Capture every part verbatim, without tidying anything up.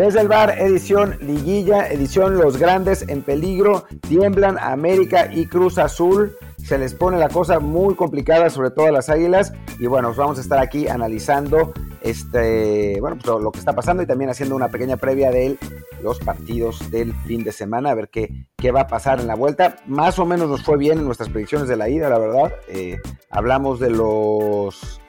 Desde el bar, edición liguilla, edición los grandes en peligro, tiemblan América y Cruz Azul, se les pone la cosa muy complicada, sobre todo a las Águilas, y bueno, vamos a estar aquí analizando este, bueno, pues lo, lo que está pasando y también haciendo una pequeña previa de los partidos del fin de semana, a ver qué, qué va a pasar en la vuelta. Más o menos nos fue bien en nuestras predicciones de la ida, la verdad. Eh, hablamos de los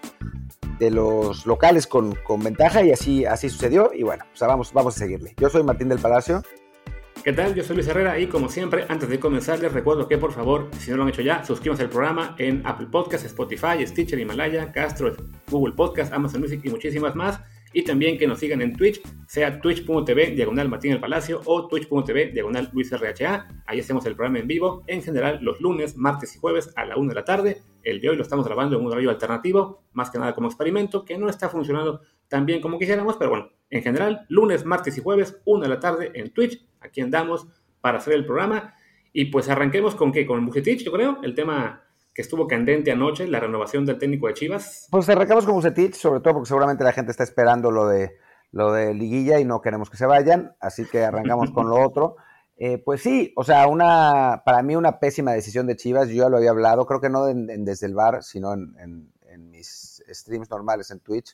de los locales con, con ventaja y así, así sucedió, y bueno, pues vamos, vamos a seguirle. Yo soy Martín del Palacio. ¿Qué tal? Yo soy Luis Herrera y como siempre, antes de comenzar les recuerdo que por favor, si no lo han hecho ya, suscríbanse al programa en Apple Podcasts, Spotify, Stitcher, Himalaya, Castro, Google Podcast, Amazon Music y muchísimas más. Y también que nos sigan en Twitch, sea twitch.tv diagonal Martín del Palacio o twitch.tv diagonal Luis R H A. Ahí hacemos el programa en vivo, en general los lunes, martes y jueves a la una de la tarde. El de hoy lo estamos grabando en un horario alternativo, más que nada como experimento, que no está funcionando tan bien como quisiéramos, pero bueno, en general, lunes, martes y jueves, una de la tarde en Twitch. Aquí andamos para hacer el programa. Y pues arranquemos con ¿qué? Con Vucetich, yo creo, el tema que estuvo candente anoche, la renovación del técnico de Chivas. Pues arrancamos con Vucetich, sobre todo porque seguramente la gente está esperando lo de, lo de liguilla y no queremos que se vayan, así que arrancamos con lo otro. Eh, pues sí, o sea, una para mí una pésima decisión de Chivas, yo ya lo había hablado, creo que no en, en desde el bar, sino en, en, en mis streams normales en Twitch,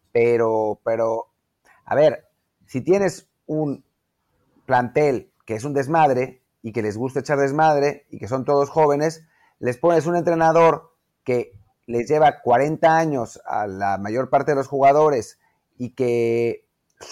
pero, pero, a ver, si tienes un plantel que es un desmadre y que les gusta echar desmadre y que son todos jóvenes, les pones un entrenador que les lleva cuarenta años a la mayor parte de los jugadores y que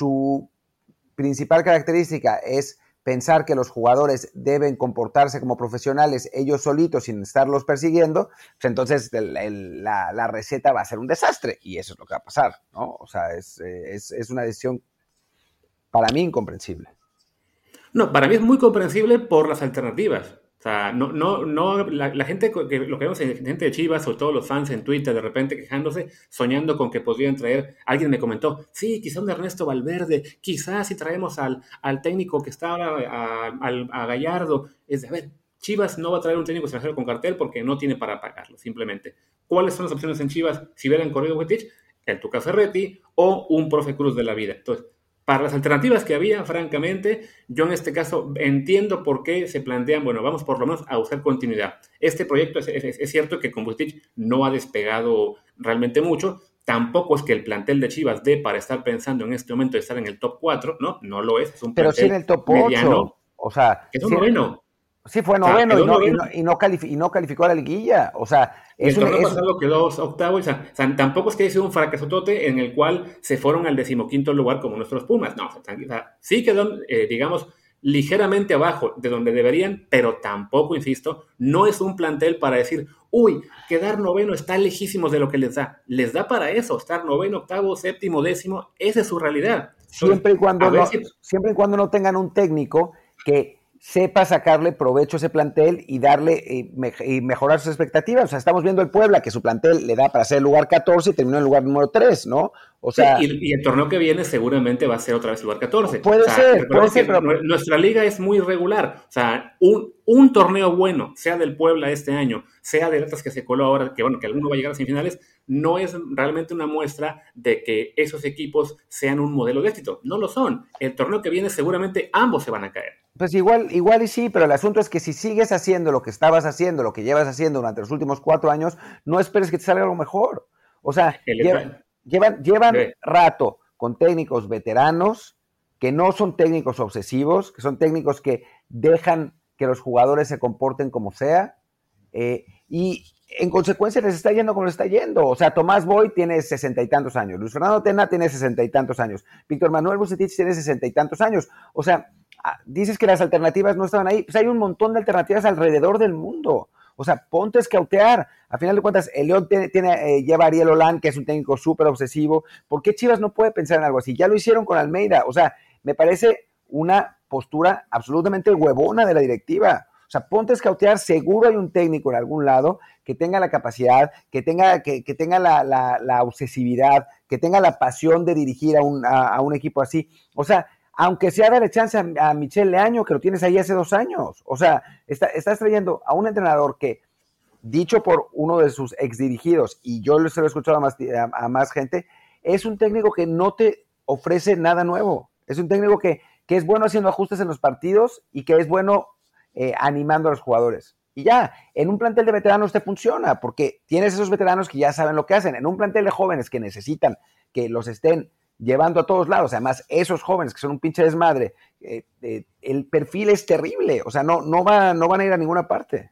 su principal característica es pensar que los jugadores deben comportarse como profesionales ellos solitos sin estarlos persiguiendo, pues entonces el, el, la, la receta va a ser un desastre y eso es lo que va a pasar, ¿no? O sea, es, es, es una decisión para mí incomprensible. No, para mí es muy comprensible por las alternativas. O sea, no, no, no, la, la gente, que, lo que vemos en gente de Chivas, sobre todo los fans en Twitter, de repente quejándose, soñando con que podrían traer, alguien me comentó, sí, quizá un Ernesto Valverde, quizás si traemos al, al técnico que está ahora, a, a, a Gallardo, es de, a ver, Chivas no va a traer un técnico extranjero con cartel porque no tiene para pagarlo, simplemente. ¿Cuáles son las opciones en Chivas si hubieran corrido Vucetich? El Tuca Ferretti o un profe Cruz de la vida. Entonces, para las alternativas que había, francamente, yo en este caso entiendo por qué se plantean, bueno, vamos por lo menos a buscar continuidad. Este proyecto es, es, es cierto que con Vucetich no ha despegado realmente mucho, tampoco es que el plantel de Chivas dé para estar pensando en este momento de estar en el top cuatro, ¿no? No lo es, es un Pero plantel sí en el top mediano, ocho, o sea... que es un sí, noveno. Sí, fue noveno, o sea, y, no, noveno. y, no, y, no calific- y no calificó a la liguilla. O sea, Y es el un, torneo es... pasado quedó octavo. O sea, o sea, tampoco es que haya sido un fracasotote en el cual se fueron al decimoquinto lugar como nuestros Pumas. No, o sea, sí quedó, eh, digamos, ligeramente abajo de donde deberían, pero tampoco, insisto, no es un plantel para decir, uy, quedar noveno está lejísimos de lo que les da. Les da para eso, estar noveno, octavo, séptimo, décimo, esa es su realidad. Entonces, siempre, y cuando no, si... siempre y cuando no tengan un técnico que sepa sacarle provecho a ese plantel y darle y, me, y mejorar sus expectativas. O sea, estamos viendo el Puebla, que su plantel le da para ser el lugar catorce y terminó en el lugar número tres, ¿no? O sea, sí, y, y el torneo que viene seguramente va a ser otra vez el lugar catorce. Puede o sea, ser, puede ser, que pero... nuestra liga es muy regular. O sea, un, un torneo bueno, sea del Puebla este año, sea de otras que se coló ahora, que bueno, que alguno va a llegar a semifinales, no es realmente una muestra de que esos equipos sean un modelo de éxito. No lo son. El torneo que viene seguramente ambos se van a caer. Pues igual, igual y sí, pero el asunto es que si sigues haciendo lo que estabas haciendo, lo que llevas haciendo durante los últimos cuatro años, no esperes que te salga algo mejor. O sea, llevan, llevan, llevan rato con técnicos veteranos que no son técnicos obsesivos, que son técnicos que dejan que los jugadores se comporten como sea, eh, y en consecuencia les está yendo como les está yendo. O sea, Tomás Boy tiene sesenta y tantos años, Luis Fernando Tena tiene sesenta y tantos años, Víctor Manuel Vucetich tiene sesenta y tantos años. O sea, dices que las alternativas no estaban ahí, pues hay un montón de alternativas alrededor del mundo. O sea, ponte a escautear. A final de cuentas, el León tiene, tiene, eh, lleva a Ariel Holland, que es un técnico súper obsesivo. ¿Por qué Chivas no puede pensar en algo así? Ya lo hicieron con Almeida. O sea, me parece una postura absolutamente huevona de la directiva. O sea, ponte a escautear, seguro hay un técnico en algún lado que tenga la capacidad, que tenga, que, que tenga la, la, la obsesividad, que tenga la pasión de dirigir a un, a, a un equipo así. O sea, aunque sea darle chance a, a Michel Leaño, que lo tienes ahí hace dos años. O sea, está, estás trayendo a un entrenador que, dicho por uno de sus exdirigidos, y yo se lo he escuchado a más, a, a más gente, es un técnico que no te ofrece nada nuevo. Es un técnico que, que es bueno haciendo ajustes en los partidos y que es bueno eh, animando a los jugadores. Y ya, en un plantel de veteranos te funciona, porque tienes esos veteranos que ya saben lo que hacen. En un plantel de jóvenes que necesitan que los estén llevando a todos lados, además esos jóvenes que son un pinche desmadre, eh, eh, el perfil es terrible, o sea, no, no, va, no van a ir a ninguna parte.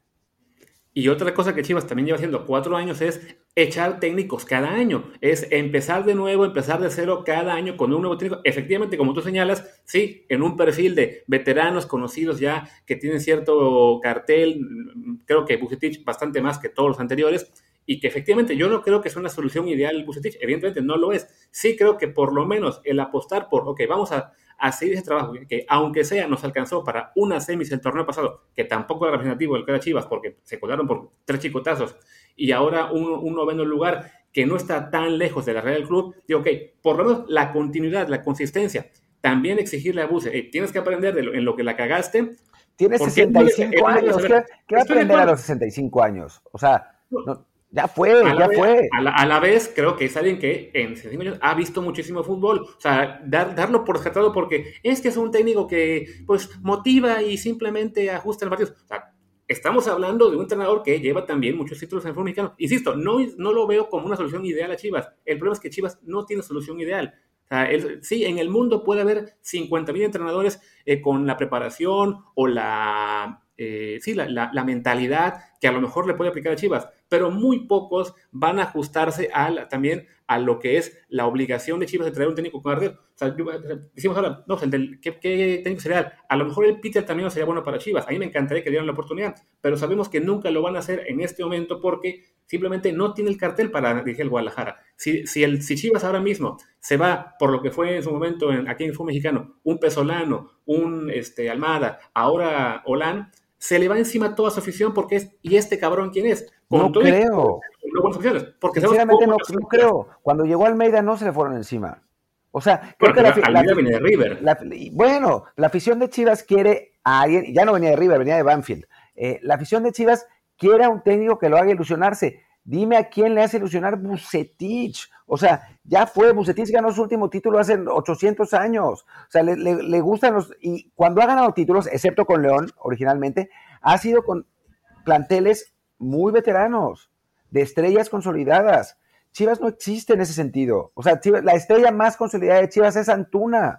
Y otra cosa que Chivas también lleva haciendo cuatro años es echar técnicos cada año. Es empezar de nuevo, empezar de cero cada año con un nuevo técnico. Efectivamente, como tú señalas, sí, en un perfil de veteranos conocidos ya que tienen cierto cartel, creo que Vucetich bastante más que todos los anteriores, y que efectivamente yo no creo que sea una solución ideal Vucetich, evidentemente no lo es. Sí creo que por lo menos el apostar por, ok, vamos a, a seguir ese trabajo, que aunque sea nos alcanzó para una semis el torneo pasado, que tampoco era representativo del que era Chivas, porque se colaron por tres chicotazos, y ahora un, un noveno lugar que no está tan lejos de la realidad del club, digo, ok, por lo menos la continuidad, la consistencia, también exigirle a Vuce, hey, tienes que aprender de lo, en lo que la cagaste. Tienes sesenta y cinco años, ¿qué, ¿qué va a aprender a los sesenta y cinco años? O sea, no, ya fue, ya vez, fue. A la, a la vez, creo que es alguien que en sesenta y cinco años ha visto muchísimo fútbol. O sea, dar, darlo por descartado porque es que es un técnico que, pues, motiva y simplemente ajusta el partido. O sea, estamos hablando de un entrenador que lleva también muchos títulos en el fútbol mexicano. Insisto, no, no lo veo como una solución ideal a Chivas. El problema es que Chivas no tiene solución ideal. O sea, el, sí, en el mundo puede haber cincuenta mil entrenadores eh, con la preparación o la... Eh, sí, la, la, la mentalidad que a lo mejor le puede aplicar a Chivas, pero muy pocos van a ajustarse a la, también a lo que es la obligación de Chivas de traer un técnico con Ardier. O sea, yo, decimos ahora, no, el del, ¿qué, ¿qué técnico sería? A lo mejor el Peter también no sería bueno para Chivas. A mí me encantaría que dieran la oportunidad, pero sabemos que nunca lo van a hacer en este momento porque simplemente no tiene el cartel para dirigir el Guadalajara. Si, si, el, si Chivas ahora mismo se va por lo que fue en su momento en, aquí en el fútbol mexicano, un Pesolano, un este, Almada, ahora Olan, se le va encima toda su afición porque es, ¿y este cabrón quién es? Con no creo. No buenas opciones, porque sinceramente no, no creo. Cuando llegó Almeida no se le fueron encima. O sea, creo bueno, que la, Almeida la, viene de River. La, bueno, la afición de Chivas quiere a alguien, ya no venía de River, venía de Banfield. Eh, la afición de Chivas quiere a un técnico que lo haga ilusionarse. Dime a quién le hace ilusionar Vucetich. O sea, ya fue, Vucetich ganó su último título hace ochocientos años. O sea, le, le, le gustan los... Y cuando ha ganado títulos, excepto con León, originalmente, ha sido con planteles muy veteranos, de estrellas consolidadas. Chivas no existe en ese sentido. O sea, Chivas, la estrella más consolidada de Chivas es Antuna.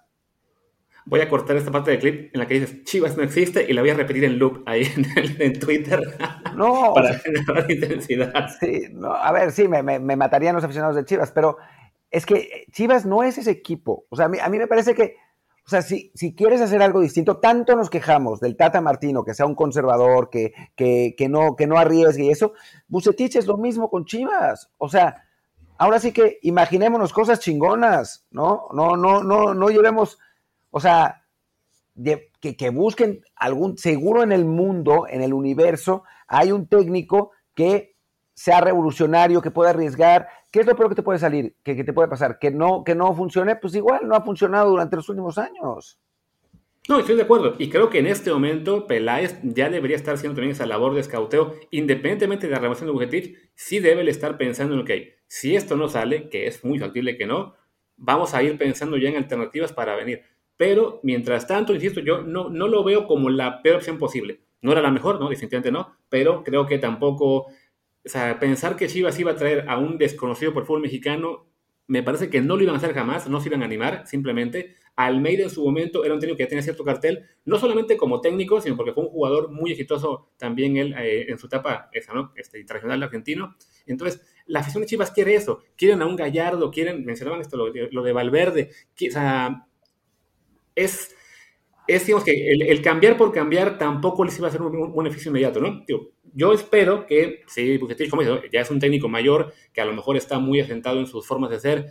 Voy a cortar esta parte del clip en la que dices Chivas no existe y la voy a repetir en loop ahí en, en Twitter. No, para o sea, generar intensidad. Sí, no, a ver, sí, me, me, me matarían los aficionados de Chivas, pero es que Chivas no es ese equipo. O sea, a mí, a mí me parece que, o sea, si, si quieres hacer algo distinto, tanto nos quejamos del Tata Martino, que sea un conservador, que, que, que, no, que no arriesgue y eso. Vucetich es lo mismo con Chivas. O sea, ahora sí que imaginémonos cosas chingonas, ¿no? No, no, no, no llevemos, o sea, de, que, que busquen algún, seguro en el mundo, en el universo, hay un técnico que sea revolucionario, que pueda arriesgar. ¿Qué es lo peor que te puede salir? ¿Qué, qué te puede pasar? ¿Que no, que no funcione? Pues igual, no ha funcionado durante los últimos años. No, estoy de acuerdo. Y creo que en este momento Peláez ya debería estar haciendo también esa labor de escauteo. Independientemente de la renovación de Vucetich, sí debe estar pensando en, ok, si esto no sale, que es muy factible que no, vamos a ir pensando ya en alternativas para venir. Pero, mientras tanto, insisto, yo no, no lo veo como la peor opción posible. No era la mejor, ¿no? Definitivamente no. Pero creo que tampoco... O sea, pensar que Chivas iba a traer a un desconocido por fútbol mexicano, me parece que no lo iban a hacer jamás, no se iban a animar, simplemente. Almeida en su momento era un técnico que ya tenía cierto cartel, no solamente como técnico, sino porque fue un jugador muy exitoso también él eh, en su etapa esa, ¿no? este, internacional argentino. Entonces, la afición de Chivas quiere eso, quieren a un Gallardo, quieren, mencionaban esto, lo, lo de Valverde, que, o sea, es... es, digamos que el, el cambiar por cambiar tampoco les iba a hacer un, un beneficio inmediato, ¿no? Digo, yo espero que, sí, Vucetich, como dice, ya es un técnico mayor, que a lo mejor está muy asentado en sus formas de ser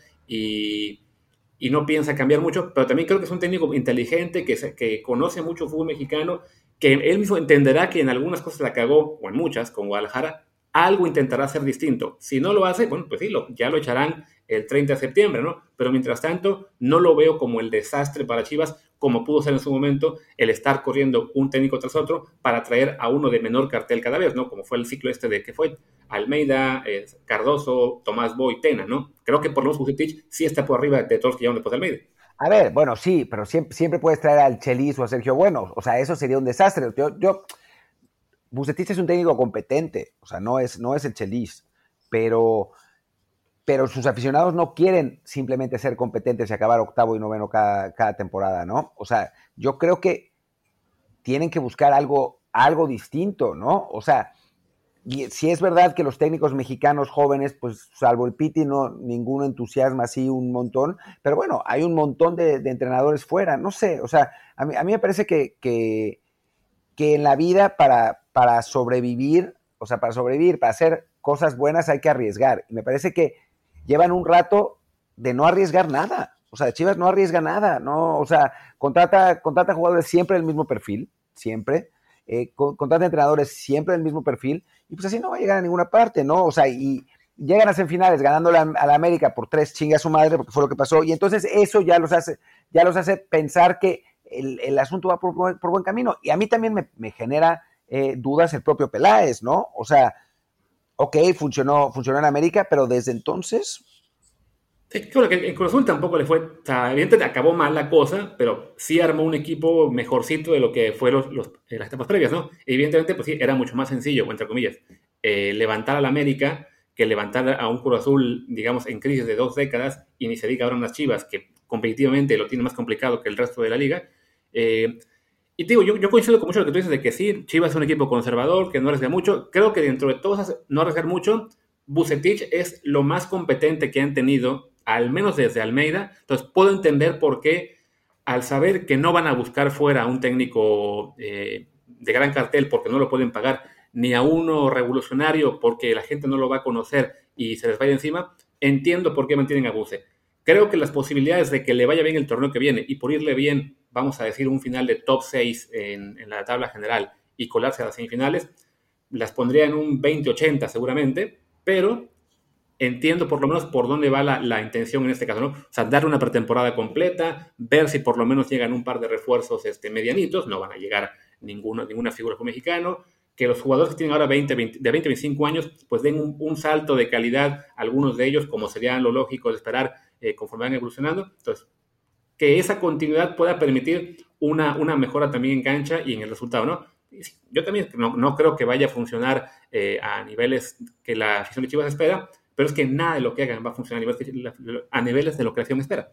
y, y no piensa cambiar mucho, pero también creo que es un técnico inteligente, que, se, que conoce mucho fútbol mexicano, que él mismo entenderá que en algunas cosas la cagó, o en muchas, con Guadalajara, algo intentará hacer distinto. Si no lo hace, bueno, pues sí, lo, ya lo echarán el treinta de septiembre, ¿no? Pero mientras tanto, no lo veo como el desastre para Chivas, como pudo ser en su momento el estar corriendo un técnico tras otro para traer a uno de menor cartel cada vez, ¿no? Como fue el ciclo este de que fue Almeida, eh, Cardoso, Tomás Boy, Tena, ¿no? Creo que por lo menos Vucetich sí está por arriba de todos los que llevan después de Almeida. A ver, bueno, sí, pero siempre, siempre puedes traer al Chelis o a Sergio Bueno. O sea, eso sería un desastre. Yo, yo Bucetich es un técnico competente, o sea, no es, no es el Chelis, pero, pero sus aficionados no quieren simplemente ser competentes y acabar octavo y noveno cada, cada temporada, ¿no? O sea, yo creo que tienen que buscar algo, algo distinto, ¿no? O sea, y si es verdad que los técnicos mexicanos jóvenes, pues salvo el Piti, no, ninguno entusiasma así un montón, pero bueno, hay un montón de, de entrenadores fuera, no sé, o sea, a mí, a mí me parece que, que, que en la vida para, para sobrevivir, o sea, para sobrevivir, para hacer cosas buenas hay que arriesgar, y me parece que llevan un rato de no arriesgar nada, o sea, Chivas no arriesga nada, no, o sea, contrata, contrata jugadores siempre del mismo perfil, siempre, eh, contrata entrenadores siempre del mismo perfil, y pues así no va a llegar a ninguna parte, ¿no? O sea, y llegan a semifinales ganándole a la América por tres chingas a su madre, porque fue lo que pasó, y entonces eso ya los hace, ya los hace pensar que el, el asunto va por, por buen camino, y a mí también me, me genera eh, dudas el propio Peláez, ¿no? O sea, ok, funcionó, funcionó en América, pero desde entonces... Sí, creo que en Cruz Azul tampoco le fue, o sea, evidentemente acabó mal la cosa, pero sí armó un equipo mejorcito de lo que fue los, los, eh, las etapas previas, ¿no? Evidentemente, pues sí, era mucho más sencillo, entre comillas, eh, levantar a la América que levantar a un Cruz Azul, digamos, en crisis de dos décadas, y ni se diga ahora unas Chivas, que competitivamente lo tiene más complicado que el resto de la liga. Eh, y te digo, yo, yo coincido con mucho lo que tú dices de que sí, Chivas es un equipo conservador, que no arriesga mucho. Creo que dentro de todos no arriesgar mucho, Bucetich es lo más competente que han tenido, al menos desde Almeida. Entonces puedo entender por qué, al saber que no van a buscar fuera a un técnico eh, de gran cartel porque no lo pueden pagar, ni a uno revolucionario porque la gente no lo va a conocer y se les vaya encima, entiendo por qué mantienen a Buce. Creo que las posibilidades de que le vaya bien el torneo que viene, y por irle bien, vamos a decir, un final de top seis en, en la tabla general y colarse a las semifinales, las pondría en un veinte ochenta seguramente, pero entiendo por lo menos por dónde va la, la intención en este caso, ¿no? O sea, dar una pretemporada completa, ver si por lo menos llegan un par de refuerzos este, medianitos, no van a llegar ninguno, ninguna figura como mexicano, que los jugadores que tienen ahora veinte, veinte, de veinte a veinticinco años, pues den un, un salto de calidad, algunos de ellos, como sería lo lógico de esperar eh, conforme van evolucionando. Entonces, que esa continuidad pueda permitir una, una mejora también en cancha y en el resultado, ¿no? Yo también no, no creo que vaya a funcionar eh, a niveles que la afición de Chivas espera, pero es que nada de lo que hagan va a funcionar a niveles, a niveles de lo que la afición espera.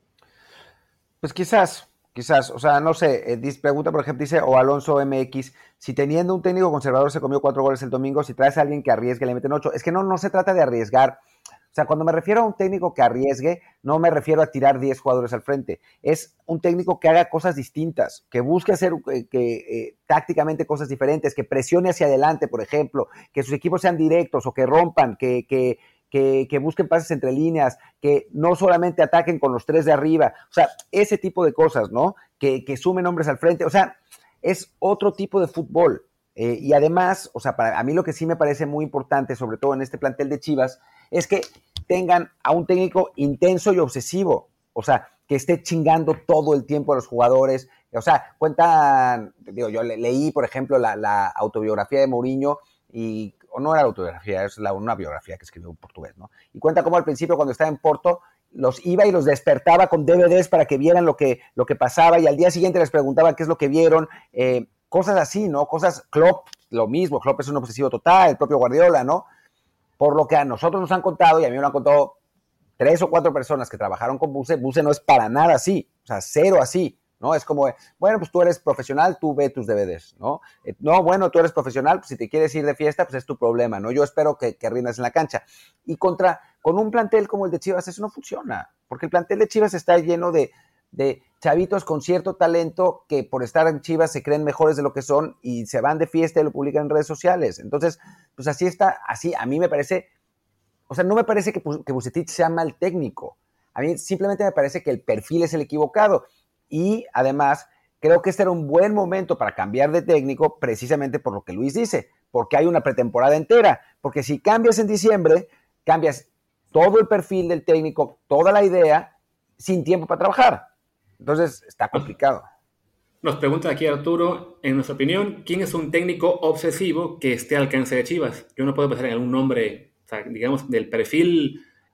Pues quizás, quizás, o sea, no sé, eh, pregunta, por ejemplo, dice, o Alonso M X, si teniendo un técnico conservador se comió cuatro goles el domingo, si traes a alguien que arriesgue, le meten ocho. Es que no, no se trata de arriesgar. O sea, cuando me refiero a un técnico que arriesgue, no me refiero a tirar diez jugadores al frente. Es un técnico que haga cosas distintas, que busque hacer eh, que, eh, tácticamente cosas diferentes, que presione hacia adelante, por ejemplo, que sus equipos sean directos o que rompan, que, que, que, que busquen pases entre líneas, que no solamente ataquen con los tres de arriba. O sea, ese tipo de cosas, ¿no? Que, que sumen hombres al frente. O sea, es otro tipo de fútbol. Eh, y además, o sea, para a mí lo que sí me parece muy importante, sobre todo en este plantel de Chivas, es que tengan a un técnico intenso y obsesivo, o sea, que esté chingando todo el tiempo a los jugadores. O sea, cuentan, digo, yo le, leí, por ejemplo, la, la autobiografía de Mourinho, y, o no era la autobiografía, es la, una biografía que escribió en portugués, ¿no? Y cuenta cómo al principio, cuando estaba en Porto, los iba y los despertaba con D V Ds para que vieran lo que, lo que pasaba, y al día siguiente les preguntaba qué es lo que vieron, eh, cosas así, ¿no? Cosas, Klopp, lo mismo, Klopp es un obsesivo total, el propio Guardiola, ¿no? Por lo que a nosotros nos han contado, y a mí me lo han contado tres o cuatro personas que trabajaron con Buce, Buce no es para nada así, o sea, cero así, ¿no? Es como, bueno, pues tú eres profesional, tú ve tus D V Ds, ¿no? Eh, no, bueno, tú eres profesional, pues si te quieres ir de fiesta, pues es tu problema, ¿no? Yo espero que, que rindas en la cancha. Y contra, con un plantel como el de Chivas, eso no funciona, porque el plantel de Chivas está lleno de, de chavitos con cierto talento que por estar en Chivas se creen mejores de lo que son y se van de fiesta y lo publican en redes sociales. Entonces, pues así está, así, a mí me parece, o sea, no me parece que, que Bucetich sea mal técnico. A mí simplemente me parece que el perfil es el equivocado. Y además, creo que este era un buen momento para cambiar de técnico, precisamente por lo que Luis dice, porque hay una pretemporada entera. Porque si cambias en diciembre, cambias todo el perfil del técnico, toda la idea, sin tiempo para trabajar. Entonces, está complicado. Nos pregunta aquí Arturo, en nuestra opinión, ¿quién es un técnico obsesivo que esté al alcance de Chivas? Yo no puedo pensar en algún nombre, o sea, digamos, del perfil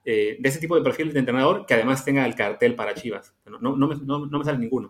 eh, de ese tipo de perfil de entrenador que además tenga el cartel para Chivas. No, no, no, me, no, no me sale ninguno.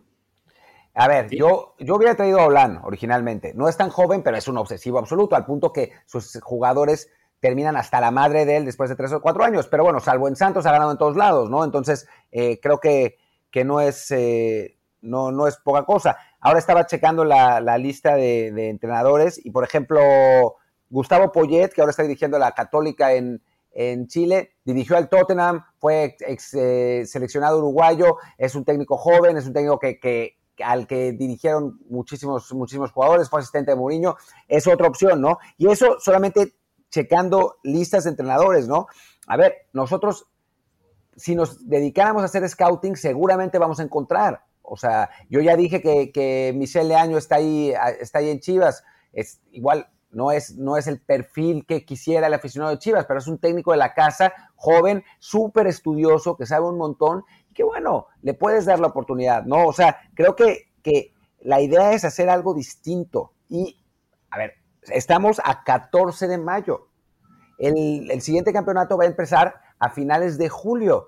A ver, ¿sí? yo, yo hubiera traído a Olan originalmente. No es tan joven, pero es un obsesivo absoluto, al punto que sus jugadores terminan hasta la madre de él después de tres o cuatro años. Pero bueno, salvo en Santos, ha ganado en todos lados, ¿no? Entonces, eh, creo que, que no, es, eh, no, no es poca cosa. Ahora estaba checando la, la lista de, de entrenadores y, por ejemplo, Gustavo Poyet, que ahora está dirigiendo a la Católica en, en Chile, dirigió al Tottenham, fue ex, eh, seleccionado uruguayo, es un técnico joven, es un técnico que... que al que dirigieron muchísimos, muchísimos jugadores, fue asistente de Mourinho, es otra opción, ¿no? Y eso solamente checando listas de entrenadores, ¿no? A ver, nosotros, si nos dedicáramos a hacer scouting, seguramente vamos a encontrar. O sea, yo ya dije que, que Michel Leaño está ahí, está ahí en Chivas, es igual, no es, no es el perfil que quisiera el aficionado de Chivas, pero es un técnico de la casa, joven, súper estudioso, que sabe un montón, que bueno, le puedes dar la oportunidad, ¿no? O sea, creo que, que la idea es hacer algo distinto. Y, a ver, estamos a catorce de mayo. El, el siguiente campeonato va a empezar a finales de julio.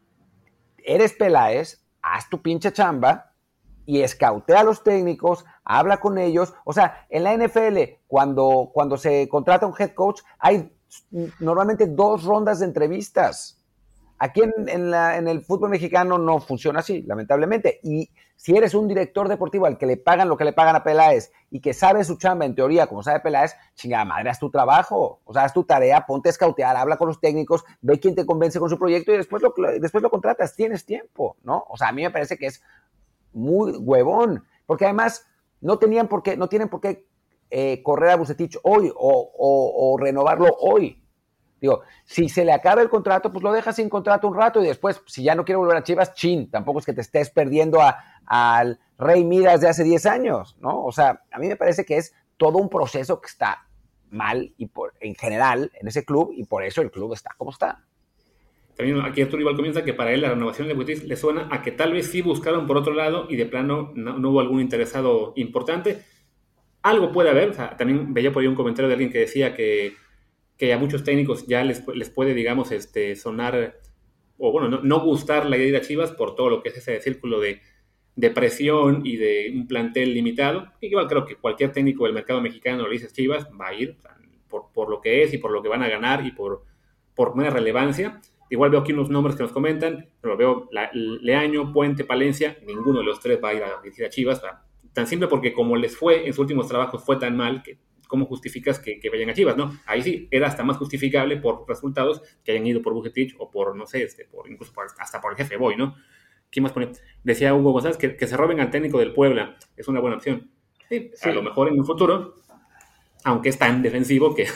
Eres Peláez, haz tu pinche chamba y escautea a los técnicos, habla con ellos. O sea, en la N F L, cuando, cuando se contrata un head coach, hay normalmente dos rondas de entrevistas. Aquí en, en, la, en el fútbol mexicano no funciona así, lamentablemente. Y si eres un director deportivo al que le pagan lo que le pagan a Peláez y que sabe su chamba en teoría, como sabe Peláez, chingada madre, haz tu trabajo. O sea, haz tu tarea, ponte a escautear, habla con los técnicos, ve quién te convence con su proyecto y después lo, después lo contratas. Tienes tiempo, ¿no? O sea, a mí me parece que es muy huevón. Porque además no tenían por qué, no tienen por qué eh, correr a Vucetich hoy o, o, o renovarlo hoy. Digo, si se le acaba el contrato, pues lo dejas sin contrato un rato y después, si ya no quiere volver a Chivas, chin, tampoco es que te estés perdiendo al Rey Midas de hace diez años, ¿no? O sea, a mí me parece que es todo un proceso que está mal y por, en general en ese club y por eso el club está como está. También aquí Arturo igual comienza que para él la renovación de Buitis le suena a que tal vez sí buscaron por otro lado y de plano no, no hubo algún interesado importante. Algo puede haber, o sea, también veía por ahí un comentario de alguien que decía que que a muchos técnicos ya les, les puede, digamos, este, sonar, o bueno, no, no gustar la idea de ir a Chivas por todo lo que es ese círculo de, de presión y de un plantel limitado. Igual creo que cualquier técnico del mercado mexicano le dices Chivas, va a ir, o sea, por, por lo que es y por lo que van a ganar y por, por una relevancia. Igual veo aquí unos nombres que nos comentan, pero veo la, Leaño, Puente, Palencia, ninguno de los tres va a ir a dirigir a Chivas, o sea, tan simple porque como les fue en sus últimos trabajos fue tan mal que ¿cómo justificas que, que vayan a Chivas? ¿No? Ahí sí, era hasta más justificable por resultados que hayan ido por Vucetich o por, no sé, este, por, incluso por, hasta por el jefe Boy, ¿no? ¿Quién más pone? Decía Hugo González que, que se roben al técnico del Puebla. Es una buena opción. Sí, sí. A lo mejor en un futuro, aunque es tan defensivo que...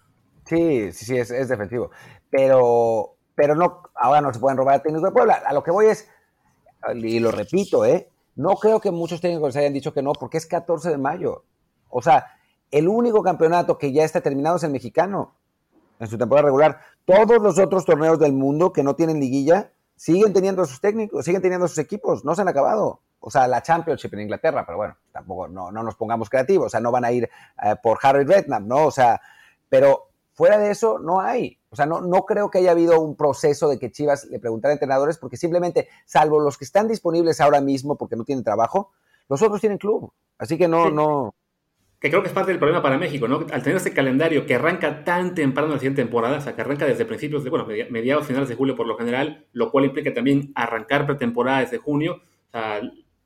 Sí, sí, sí, es, es defensivo. Pero, pero no, ahora no se pueden robar al técnico del Puebla. A lo que voy es, y lo repito, ¿eh? No creo que muchos técnicos les hayan dicho que no, porque es catorce de mayo. O sea, el único campeonato que ya está terminado es el mexicano en su temporada regular. Todos los otros torneos del mundo que no tienen liguilla siguen teniendo sus técnicos, siguen teniendo sus equipos, no se han acabado. O sea, la Championship en Inglaterra, pero bueno, tampoco no, no nos pongamos creativos, o sea, no van a ir eh, por Harry Redknapp, ¿no? O sea, pero fuera de eso no hay. O sea, no, no creo que haya habido un proceso de que Chivas le preguntara a entrenadores, porque simplemente, salvo los que están disponibles ahora mismo porque no tienen trabajo, los otros tienen club. Así que no, sí. no... Que creo que es parte del problema para México, ¿no? Al tener este calendario que arranca tan temprano la siguiente temporada, o sea, que arranca desde principios de, bueno, mediados, finales de julio por lo general, lo cual implica también arrancar pretemporada desde junio, o sea,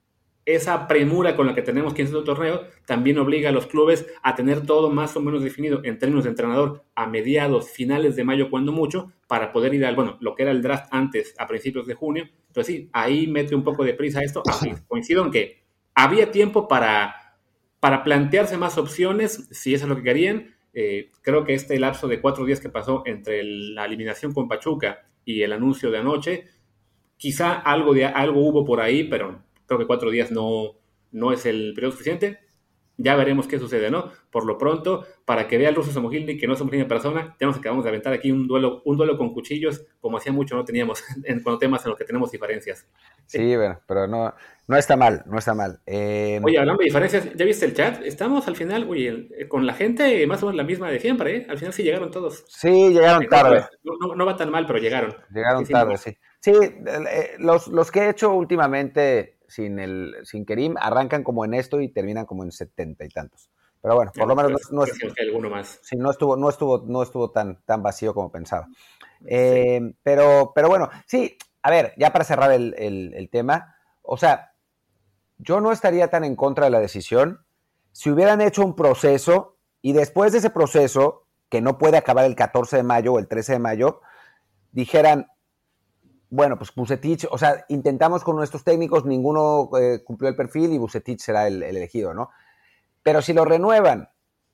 esa premura con la que tenemos que hacer el torneo también obliga a los clubes a tener todo más o menos definido en términos de entrenador a mediados, finales de mayo, cuando mucho, para poder ir al, bueno, lo que era el draft antes, a principios de junio. Entonces sí, ahí mete un poco de prisa esto. Así, coincido en que había tiempo para... para plantearse más opciones, si eso es lo que querían. Eh, creo que este lapso de cuatro días que pasó entre el, la eliminación con Pachuca y el anuncio de anoche, quizá algo, de, algo hubo por ahí, pero creo que cuatro días no, no es el periodo suficiente. Ya veremos qué sucede, ¿no? Por lo pronto, para que vea el ruso Samogilny que no somos ni persona, ya nos acabamos de aventar aquí un duelo, un duelo con cuchillos, como hacía mucho no teníamos en cuando temas en los que tenemos diferencias. Sí, bueno, pero no, no está mal, no está mal. Eh... Oye, hablando de diferencias, ¿ya viste el chat? Estamos al final, oye, con la gente más o menos la misma de siempre, ¿eh? Al final sí llegaron todos. Sí, llegaron tarde. No, no, no va tan mal, pero llegaron. Llegaron sí, tarde, sí. Sí, los, los que he hecho últimamente sin el sin Kerim arrancan como en esto y terminan como en setenta y tantos. Pero bueno, por lo menos pues, no, no, es, que alguno más. Sí, no estuvo, no estuvo, no estuvo tan, tan vacío como pensaba. Eh, sí. pero, pero bueno, sí, a ver, ya para cerrar el, el, el tema, o sea, yo no estaría tan en contra de la decisión si hubieran hecho un proceso y después de ese proceso, que no puede acabar el catorce de mayo o el trece de mayo, dijeran, bueno, pues Vucetich, o sea, intentamos con nuestros técnicos, ninguno eh, cumplió el perfil y Vucetich será el, el elegido, ¿no? Pero si lo renuevan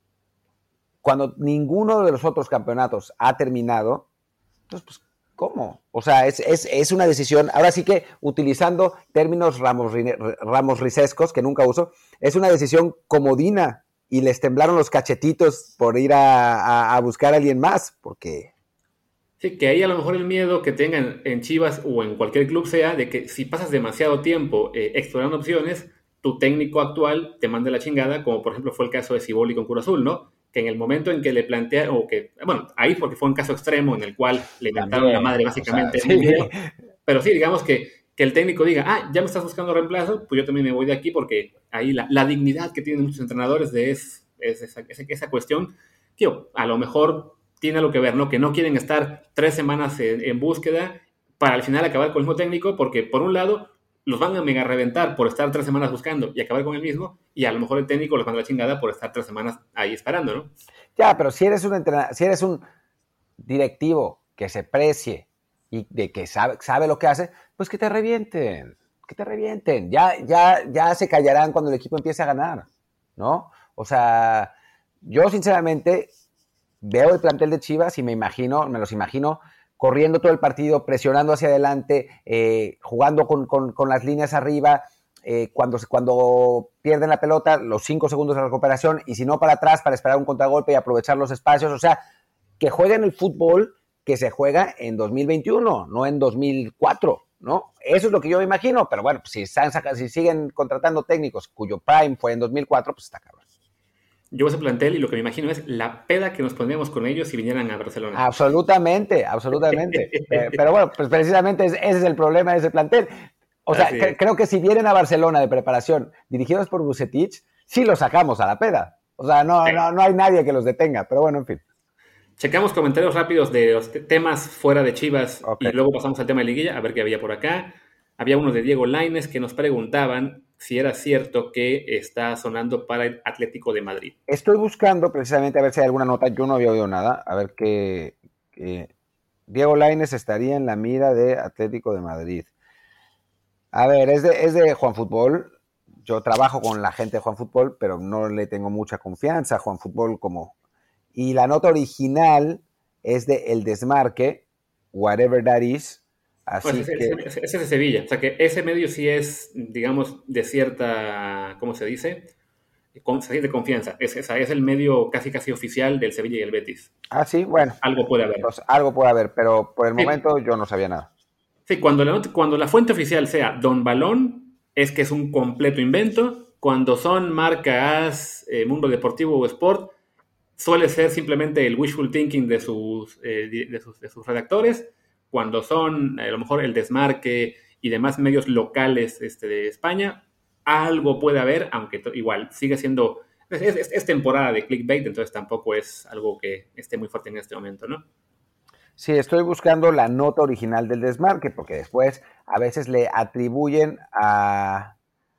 cuando ninguno de los otros campeonatos ha terminado, entonces, pues, ¿cómo? O sea, es, es, es una decisión, ahora sí que utilizando términos ramos, ramos ricescos, que nunca uso, es una decisión comodina y les temblaron los cachetitos por ir a, a, a buscar a alguien más, porque... Sí, que ahí a lo mejor el miedo que tengan en Chivas o en cualquier club sea de que si pasas demasiado tiempo eh, explorando opciones, tu técnico actual te mande la chingada, como por ejemplo fue el caso de Siboldi con Cruz Azul, ¿no? Que en el momento en que le plantea, o que, bueno, ahí porque fue un caso extremo en el cual le inventaron la madre básicamente, o sea, sí. video, pero sí, digamos que, que el técnico diga, ah, ya me estás buscando reemplazo, pues yo también me voy de aquí, porque ahí la, la dignidad que tienen muchos entrenadores de es, es esa, esa, esa cuestión, tío, a lo mejor tiene algo que ver, ¿no? Que no quieren estar tres semanas en, en búsqueda para al final acabar con el mismo técnico, porque por un lado los van a mega reventar por estar tres semanas buscando y acabar con el mismo, y a lo mejor el técnico los manda la chingada por estar tres semanas ahí esperando, ¿no? Ya, pero si eres un entrenador, si eres un directivo que se precie y de que sabe, sabe lo que hace, pues que te revienten, que te revienten. Ya, ya, ya se callarán cuando el equipo empiece a ganar, ¿no? O sea, yo sinceramente veo el plantel de Chivas y me imagino, me los imagino corriendo todo el partido, presionando hacia adelante, eh, jugando con, con, con las líneas arriba, eh, cuando, cuando pierden la pelota, los cinco segundos de recuperación, y si no para atrás, para esperar un contragolpe y aprovechar los espacios. O sea, que jueguen el fútbol que se juega en dos mil veintiuno, no en dos mil cuatro, ¿no? Eso es lo que yo me imagino, pero bueno, pues si, están, si siguen contratando técnicos cuyo prime fue en dos mil cuatro, pues está cabrón. Yo ese plantel y lo que me imagino es la peda que nos pondríamos con ellos si vinieran a Barcelona. Absolutamente, absolutamente. pero, pero bueno, pues precisamente ese es el problema de ese plantel. O sea, cre- creo que si vienen a Barcelona de preparación dirigidos por Vucetich, sí los sacamos a la peda. O sea, no, sí. no, no hay nadie que los detenga, pero bueno, en fin. Checamos comentarios rápidos de los temas fuera de Chivas okay. y luego pasamos al tema de liguilla, a ver qué había por acá. Había uno de Diego Lainez que nos preguntaban si era cierto que está sonando para el Atlético de Madrid. Estoy buscando precisamente a ver si hay alguna nota, yo no había oído nada, a ver qué... qué... Diego Lainez estaría en la mira de Atlético de Madrid. A ver, es de, es de Juan Fútbol, yo trabajo con la gente de Juan Fútbol, pero no le tengo mucha confianza a Juan Fútbol como... Y la nota original es de El Desmarque, whatever that is. Así pues ese, que... ese, ese es de Sevilla, o sea que ese medio sí es, digamos, de cierta, ¿cómo se dice? Con, de confianza. Es, es, es el medio casi casi oficial del Sevilla y el Betis. Ah, sí, bueno. Algo puede haber. Pues algo puede haber, pero por el sí. momento yo no sabía nada. Sí, cuando la, cuando la fuente oficial sea Don Balón, es que es un completo invento. Cuando son marcas eh, Mundo Deportivo o Sport, suele ser simplemente el wishful thinking de sus, eh, de sus, de sus redactores. Cuando son, a lo mejor, El Desmarque y demás medios locales este, de España, algo puede haber, aunque t- igual sigue siendo... Es, es, es temporada de clickbait, entonces tampoco es algo que esté muy fuerte en este momento, ¿no? Sí, estoy buscando la nota original del Desmarque, porque después a veces le atribuyen a,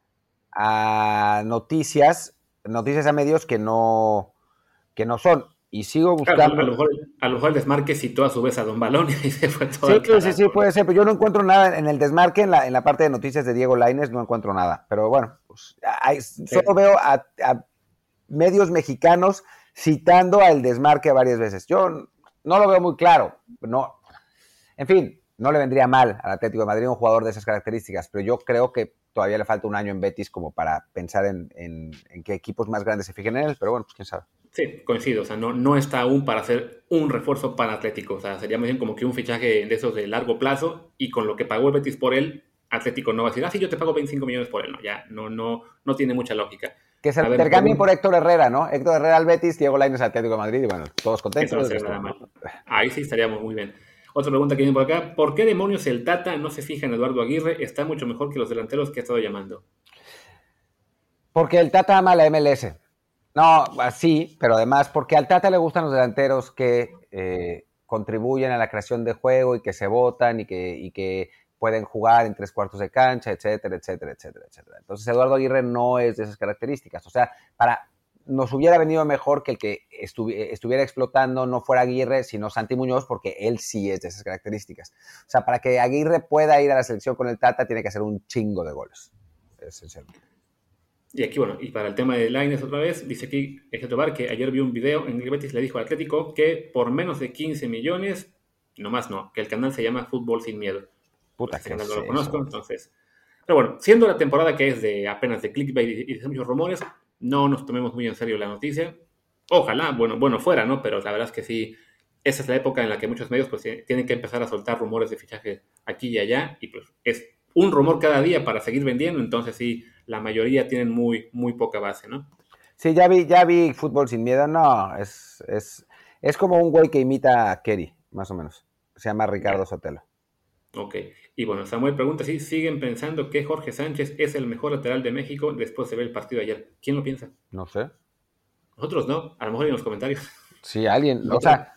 a noticias, noticias a medios que no, que no son. Y sigo buscando... Claro, a, lo mejor, a lo mejor el Desmarque citó a su vez a Don Balón y se fue todo. Sí, sí, sí, sí, puede ser, pero yo no encuentro nada en el Desmarque, en la, en la parte de noticias de Diego Lainez, no encuentro nada. Pero bueno, pues, hay, solo sí. veo a, a medios mexicanos citando al Desmarque varias veces. Yo no lo veo muy claro. No, en fin, no le vendría mal al Atlético de Madrid un jugador de esas características, pero yo creo que todavía le falta un año en Betis como para pensar en, en, en qué equipos más grandes se fijen en él, pero bueno, pues quién sabe. Sí, coincido, o sea, no, no está aún para hacer un refuerzo para Atlético, o sea, sería más bien como que un fichaje de esos de largo plazo, y con lo que pagó el Betis por él, Atlético no va a decir, ah, sí, yo te pago veinticinco millones por él, no, ya, no, no, no tiene mucha lógica. Que se intercambien por Héctor Herrera, ¿no? Héctor Herrera al Betis, Diego Lainez al Atlético de Madrid, y bueno, todos contentos. Eso no sería nada mal. Ahí sí estaríamos muy bien. Otra pregunta que viene por acá, ¿por qué demonios el Tata no se fija en Eduardo Aguirre? Está mucho mejor que los delanteros que ha estado llamando. Porque el Tata ama la M L S. No, sí, pero además porque al Tata le gustan los delanteros que eh, contribuyen a la creación de juego y que se botan y que, y que pueden jugar en tres cuartos de cancha, etcétera, etcétera, etcétera, etcétera. Entonces Eduardo Aguirre no es de esas características. O sea, para nos hubiera venido mejor que el que estuvi- estuviera explotando no fuera Aguirre, sino Santi Muñoz, porque él sí es de esas características. O sea, para que Aguirre pueda ir a la selección con el Tata, tiene que hacer un chingo de goles. Esencialmente. Y aquí, bueno, y para el tema de Lainez otra vez, dice aquí Ejeto Bar que ayer vio un video en el Betis le dijo al Atlético que por menos de quince millones, nomás no, que el canal se llama Fútbol Sin Miedo. Puta, Ese que canal es no lo eso. conozco, entonces... Pero bueno, siendo la temporada que es de apenas de clickbait y de muchos rumores, no nos tomemos muy en serio la noticia. Ojalá, bueno, bueno fuera, ¿no? Pero la verdad es que sí, esa es la época en la que muchos medios pues tienen que empezar a soltar rumores de fichaje aquí y allá, y pues es un rumor cada día para seguir vendiendo, entonces sí, la mayoría tienen muy, muy poca base, ¿no? Sí, ya vi, ya vi Fútbol Sin Miedo. No, es, es, es como un güey que imita a Kerry, más o menos. Se llama Ricardo Sotelo. Ok, y bueno, Samuel pregunta si siguen pensando que Jorge Sánchez es el mejor lateral de México después de ver el partido de ayer. ¿Quién lo piensa? No sé. Nosotros no, a lo mejor en los comentarios. Sí, alguien, o sea,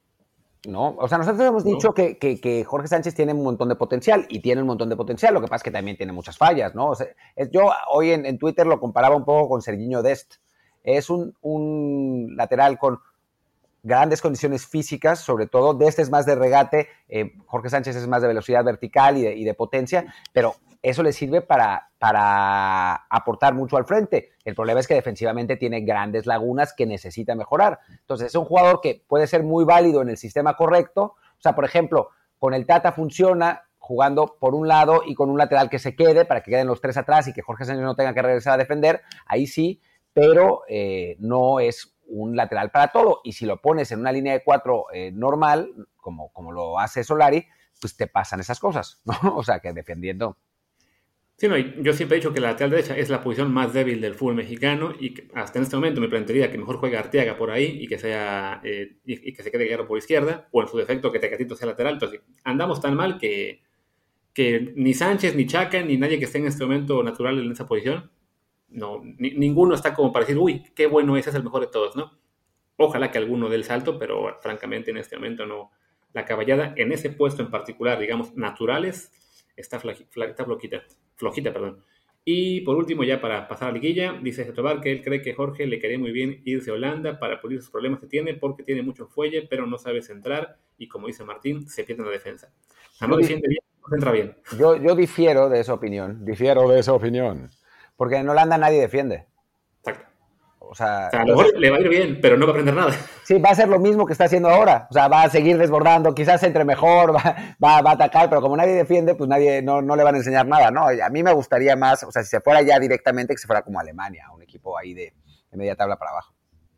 no, o sea, nosotros hemos dicho No. que, que, que Jorge Sánchez tiene un montón de potencial y tiene un montón de potencial, lo que pasa es que también tiene muchas fallas, ¿no? O sea, es- yo hoy en, en Twitter lo comparaba un poco con Sergiño Dest. Es un, un lateral con grandes condiciones físicas, sobre todo. Dest es más de regate, eh, Jorge Sánchez es más de velocidad vertical y de, y de potencia, pero eso le sirve para, para aportar mucho al frente. El problema es que defensivamente tiene grandes lagunas que necesita mejorar. Entonces es un jugador que puede ser muy válido en el sistema correcto. O sea, por ejemplo, con el Tata funciona jugando por un lado y con un lateral que se quede para que queden los tres atrás y que Jorge Sánchez no tenga que regresar a defender. Ahí sí, pero eh, no es un lateral para todo. Y si lo pones en una línea de cuatro eh, normal, como, como lo hace Solari, pues te pasan esas cosas, ¿no? O sea, que defendiendo. Sí, no, y yo siempre he dicho que la lateral derecha es la posición más débil del fútbol mexicano y que hasta en este momento me plantearía que mejor juegue Arteaga por ahí y que sea eh, y, y que se quede Guerrero por izquierda, o en su defecto que Tecatito sea lateral. Entonces, andamos tan mal que, que ni Sánchez, ni Chaca, ni nadie que esté en este momento natural en esa posición, no, ni, ninguno está como para decir, uy, qué bueno ese es el mejor de todos, ¿no? Ojalá que alguno dé el salto, pero francamente en este momento no. La caballada en ese puesto en particular, digamos, naturales, está, flaji, fla, está flojita, flojita, perdón. Y por último, ya para pasar a la liguilla, dice Jetobar que él cree que Jorge le quería muy bien irse a Holanda para pulir sus problemas que tiene, porque tiene mucho fuelle, pero no sabe centrar, y como dice Martín, se pierde en la defensa. O sea, no defiende bien, no centra bien. Yo, yo difiero de esa opinión, difiero de esa opinión, porque en Holanda nadie defiende. Exacto. O sea, o sea, a lo mejor le va a ir bien, pero no va a aprender nada. Sí, va a ser lo mismo que está haciendo ahora. O sea, va a seguir desbordando, quizás entre mejor, va, va, va a atacar, pero como nadie defiende, pues nadie, no, no le van a enseñar nada, ¿no? A mí me gustaría más, o sea, si se fuera ya directamente, que se fuera como Alemania, un equipo ahí de, de media tabla para abajo.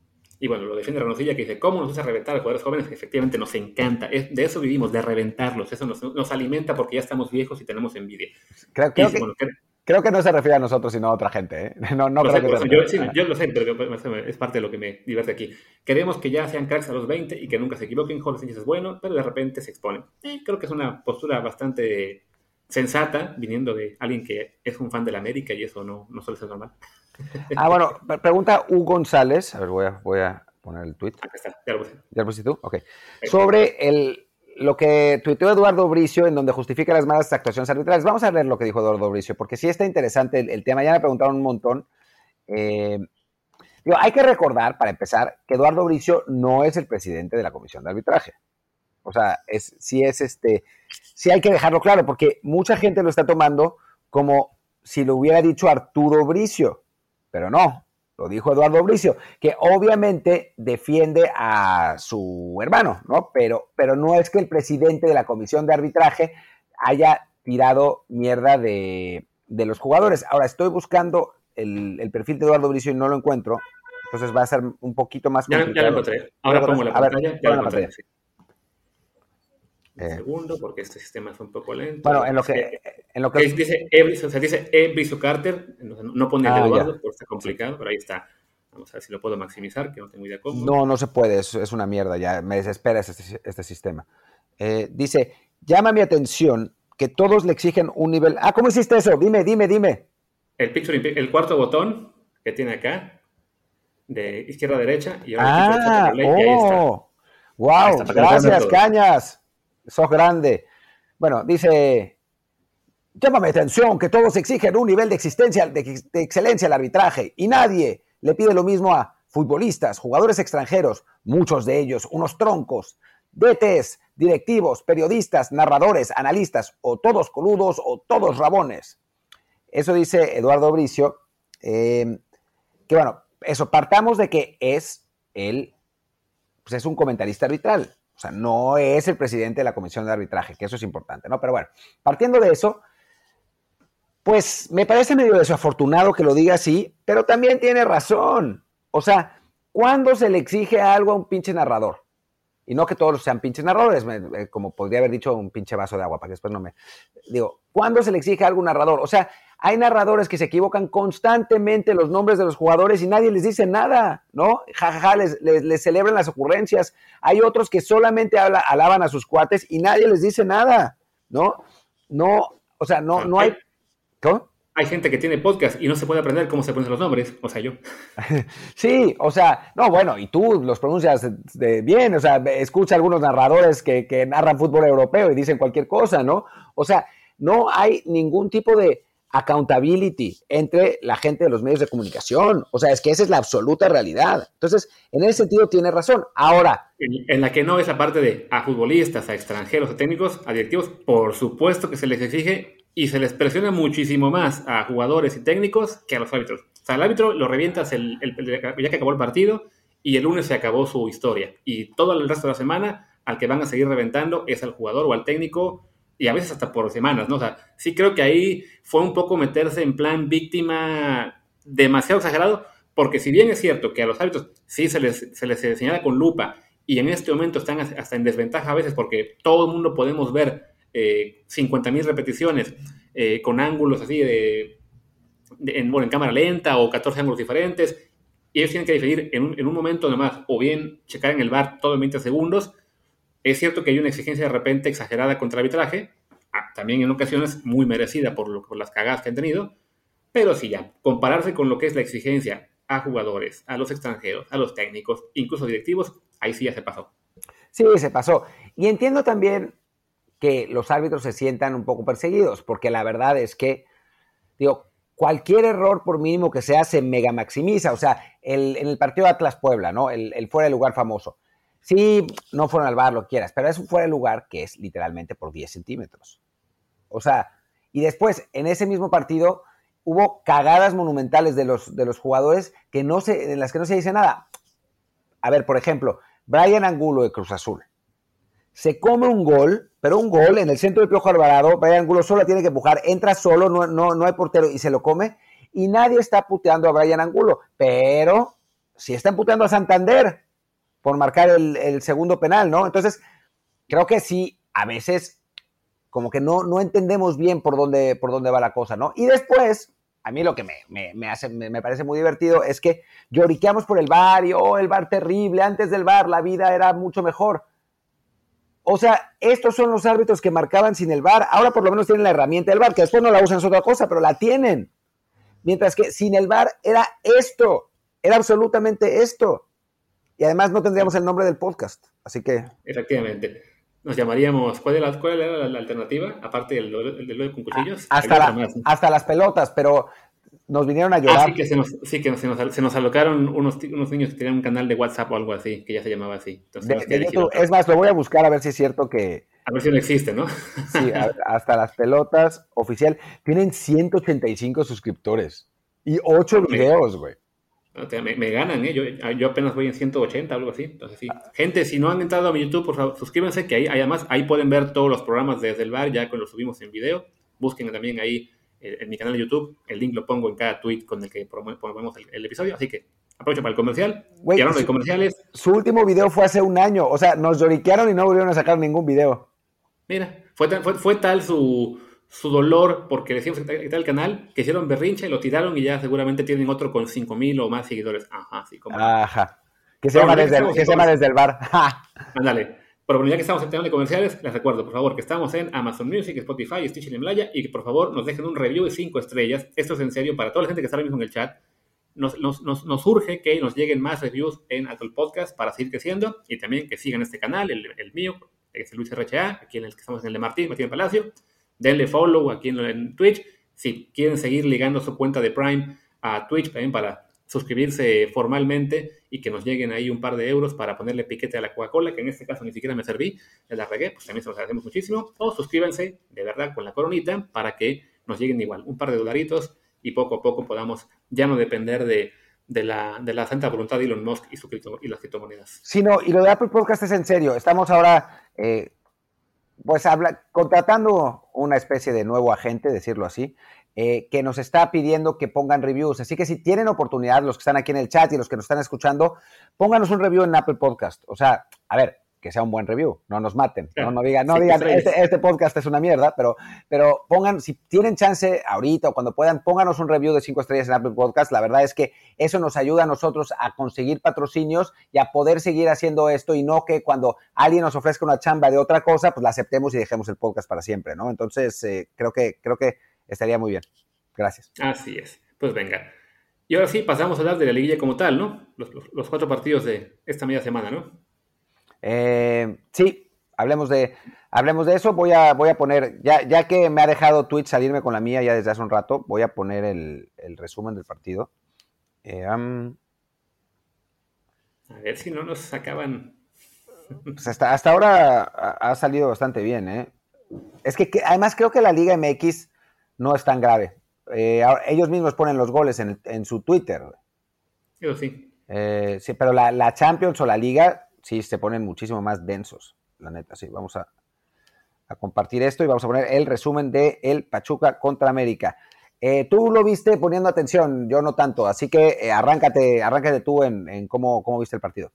Y bueno, lo defiende Renosilla, que dice, ¿cómo nos hace reventar a jugadores jóvenes? Efectivamente, nos encanta. Es, de eso vivimos, de reventarlos. Eso nos, nos alimenta porque ya estamos viejos y tenemos envidia. Creo, creo, y, que, bueno, que, creo que no se refiere a nosotros, sino a otra gente, ¿eh? No, no creo sé, que pues, se yo, sí, yo lo sé, pero es parte de lo que me divierte aquí. Queremos que ya sean cracks a los veinte y que nunca se equivoquen. Jorge Sánchez es bueno, pero de repente se exponen. Eh, creo que es una postura bastante sensata, viniendo de alguien que es un fan de la América y eso no, no suele ser normal. Ah, bueno, pregunta U González. A ver, voy a, voy a poner el tweet. Acá está, ya lo puse. ¿Ya lo pusiste tú? Ok. Sobre el, lo que tuiteó Eduardo Bricio, en donde justifica las malas actuaciones arbitrales. Vamos a ver lo que dijo Eduardo Bricio, porque sí está interesante el, el tema. Ya me preguntaron un montón. Eh, digo, hay que recordar, para empezar, que Eduardo Bricio no es el presidente de la Comisión de Arbitraje. O sea, es, sí es este, sí hay que dejarlo claro, porque mucha gente lo está tomando como si lo hubiera dicho Arturo Bricio, pero no, lo dijo Eduardo Bricio, que obviamente defiende a su hermano, ¿no? Pero, pero no es que el presidente de la Comisión de Arbitraje haya tirado mierda de, de los jugadores. Ahora estoy buscando el, el perfil de Eduardo Bricio y no lo encuentro, entonces va a ser un poquito más complicado. Ya, ya lo encontré. Ahora pongo la pantalla. Ver, ya la pantalla. Sí. Un eh. segundo, porque este sistema es un poco lento. Bueno, en lo que... En lo que... Dice Ebricio, o sea, dice Ebricio Carter, no pone el de ah, Eduardo, porque está complicado, sí. Pero ahí está. Vamos a ver si lo puedo maximizar, que no tengo idea cómo. No, no se puede, es, es una mierda, ya me desespera este, este sistema. Eh, dice, llama mi atención que todos le exigen un nivel... Ah, ¿cómo hiciste eso? Dime, dime, dime. El picture, el cuarto botón que tiene acá, de izquierda a derecha, y ahora ah, el oh, y ahí está. Wow, está, gracias, Cañas. Sos grande. Bueno, dice, llámame atención que todos exigen un nivel de existencia, de, de excelencia al arbitraje, y nadie le pide lo mismo a futbolistas, jugadores extranjeros, muchos de ellos unos troncos, D Ts, directivos, periodistas, narradores, analistas, o todos coludos o todos rabones. Eso dice Eduardo Bricio, eh, que bueno, eso, partamos de que es él, pues es un comentarista arbitral, o sea, no es el presidente de la comisión de arbitraje, que eso es importante, ¿no? Pero bueno, partiendo de eso, pues me parece medio desafortunado que lo diga así, pero también tiene razón. O sea, ¿cuándo se le exige algo a un pinche narrador? Y no que todos sean pinches narradores, me, como podría haber dicho un pinche vaso de agua, para que después no me... Digo, ¿cuándo se le exige algo a un narrador? O sea, hay narradores que se equivocan constantemente los nombres de los jugadores y nadie les dice nada, ¿no? Jajaja, ja, ja, les, les, les celebran las ocurrencias. Hay otros que solamente habla, alaban a sus cuates y nadie les dice nada, ¿no? No, o sea, no, no hay... ¿Cómo? Hay gente que tiene podcast y no se puede aprender cómo se pronuncian los nombres, o sea, yo. Sí, o sea, no, bueno, y tú los pronuncias de bien, o sea, escucha algunos narradores que, que narran fútbol europeo y dicen cualquier cosa, ¿no? O sea, no hay ningún tipo de accountability entre la gente de los medios de comunicación, o sea, es que esa es la absoluta realidad. Entonces, en ese sentido tiene razón. Ahora... En, en la que no es la parte de a futbolistas, a extranjeros, a técnicos, a directivos, por supuesto que se les exige... Y se les presiona muchísimo más a jugadores y técnicos que a los árbitros. O sea, al árbitro lo revientas el, el, el, ya que acabó el partido y el lunes se acabó su historia. Y todo el resto de la semana al que van a seguir reventando es al jugador o al técnico y a veces hasta por semanas, ¿no? O sea, sí creo que ahí fue un poco meterse en plan víctima demasiado exagerado, porque si bien es cierto que a los árbitros sí se les, se les señala con lupa y en este momento están hasta en desventaja a veces porque todo el mundo podemos ver Eh, cincuenta mil repeticiones eh, con ángulos así de, de en, bueno, en cámara lenta o catorce ángulos diferentes y ellos tienen que decidir en un, en un momento nomás o bien checar en el V A R todo en veinte segundos. Es cierto que hay una exigencia de repente exagerada contra el arbitraje, ah, también en ocasiones muy merecida por, lo, por las cagadas que han tenido, pero sí ya, compararse con lo que es la exigencia a jugadores, a los extranjeros, a los técnicos, incluso directivos, ahí sí ya se pasó. Sí, se pasó. Y entiendo también que los árbitros se sientan un poco perseguidos, porque la verdad es que, digo, cualquier error, por mínimo que sea, se mega maximiza. O sea, el, en el partido de Atlas-Puebla, ¿no? El, el fuera de lugar famoso. Sí, no fueron al V A R, lo que quieras, pero es un fuera de lugar que es literalmente por diez centímetros. O sea, y después, en ese mismo partido, hubo cagadas monumentales de los, de los jugadores que no se, en las que no se dice nada. A ver, por ejemplo, Brian Angulo de Cruz Azul. Se come un gol, pero un gol en el centro de Piojo Alvarado, Brian Angulo solo tiene que empujar, entra solo, no, no, no hay portero y se lo come, y nadie está puteando a Brian Angulo, pero sí están puteando a Santander por marcar el, el segundo penal, ¿no? Entonces, creo que sí, a veces como que no, no entendemos bien por dónde, por dónde va la cosa, ¿no? Y después, a mí lo que me, me, me, hace, me, me parece muy divertido es que lloriqueamos por el V A R y, oh, el V A R terrible, antes del V A R la vida era mucho mejor. O sea, estos son los árbitros que marcaban sin el V A R. Ahora por lo menos tienen la herramienta del V A R, que después no la usan, es otra cosa, pero la tienen. Mientras que sin el V A R era esto, era absolutamente esto. Y además no tendríamos el nombre del podcast, así que... Efectivamente. Nos llamaríamos... ¿Cuál era la, cuál era la, la alternativa? Aparte del duelo con cuchillos. Hasta, la, más, ¿no? Hasta las pelotas, pero nos vinieron a llorar. Ah, sí que se nos, sí que se nos, se nos alocaron unos, unos niños que tenían un canal de WhatsApp o algo así, que ya se llamaba así. Entonces, de, de YouTube, es más, lo voy a buscar a ver si es cierto que... A ver si no existe, ¿no? Sí, a, hasta las pelotas oficial. Tienen ciento ochenta y cinco suscriptores y ocho okay. videos, güey. Me, me ganan, ¿eh? Yo, yo apenas voy en ciento ochenta, algo así. Entonces, sí. Gente, si no han entrado a mi YouTube, por favor, suscríbanse, que ahí, además, ahí pueden ver todos los programas desde el V A R, ya que los subimos en video. Busquen también ahí eh, en mi canal de YouTube. El link lo pongo en cada tweet con el que promovemos el, el episodio, así que aprovecho para el comercial. Wey, y hablando su, de comerciales... Su último video fue hace un año, o sea, nos lloriquearon y no volvieron a sacar ningún video. Mira, fue, tan, fue, fue tal su, su dolor porque decíamos quitar el canal, que hicieron berrinche, lo tiraron y ya seguramente tienen otro con cinco mil o más seguidores. Ajá, sí, como... Ajá. Que se, llama desde, el, que se llama desde el bar. Ándale. Pero bueno, ya que estamos en tema de comerciales, les recuerdo, por favor, que estamos en Amazon Music, Spotify, Stitcher y Himalaya, y que por favor nos dejen un review de cinco estrellas. Esto es en serio para toda la gente que está ahora mismo en el chat. Nos, nos, nos, nos urge que nos lleguen más reviews en Apple Podcast para seguir creciendo, y también que sigan este canal, el, el mío, que es Luis R H A, aquí en el que estamos en el de Martín, Martín Palacio. Denle follow aquí en, en Twitch. Si quieren seguir ligando su cuenta de Prime a Twitch también para suscribirse formalmente y que nos lleguen ahí un par de euros para ponerle piquete a la Coca-Cola, que en este caso ni siquiera me serví, me la regué, pues también se los agradecemos muchísimo. O suscríbanse de verdad con la coronita para que nos lleguen igual un par de dolaritos y poco a poco podamos ya no depender de, de, la, de la santa voluntad de Elon Musk y, su cripto, y las criptomonedas. Sí, no, y lo de Apple Podcast es en serio. Estamos ahora, eh, pues, habla, contratando una especie de nuevo agente, decirlo así, Eh, que nos está pidiendo que pongan reviews. Así que si tienen oportunidad, los que están aquí en el chat y los que nos están escuchando, pónganos un review en Apple Podcast. O sea, a ver, que sea un buen review, no nos maten, no, no digan, no sí, digan este, este podcast es una mierda, pero, pero pongan, si tienen chance ahorita o cuando puedan, pónganos un review de cinco estrellas en Apple Podcast. La verdad es que eso nos ayuda a nosotros a conseguir patrocinios y a poder seguir haciendo esto, y no que cuando alguien nos ofrezca una chamba de otra cosa, pues la aceptemos y dejemos el podcast para siempre, ¿no? Entonces, eh, creo que, creo que estaría muy bien. Gracias. Así es. Pues venga. Y ahora sí, pasamos a hablar de la liguilla como tal, ¿no? Los, los, los cuatro partidos de esta media semana, ¿no? Eh, sí, hablemos de, hablemos de eso. Voy a, voy a poner, ya, ya que me ha dejado Twitch salirme con la mía ya desde hace un rato, voy a poner el, el resumen del partido. Eh, um, a ver si no nos sacaban. Pues hasta, hasta ahora ha, ha salido bastante bien, ¿eh? Es que, que además creo que la Liga M X no es tan grave. Eh, ellos mismos ponen los goles en, en su Twitter. Yo sí. Eh, sí, pero la, la Champions o la Liga sí se ponen muchísimo más densos, la neta. Sí, vamos a, a compartir esto y vamos a poner el resumen de el Pachuca contra América. Eh, tú lo viste poniendo atención, yo no tanto, así que eh, arráncate, arráncate tú en, en cómo, cómo viste el partido.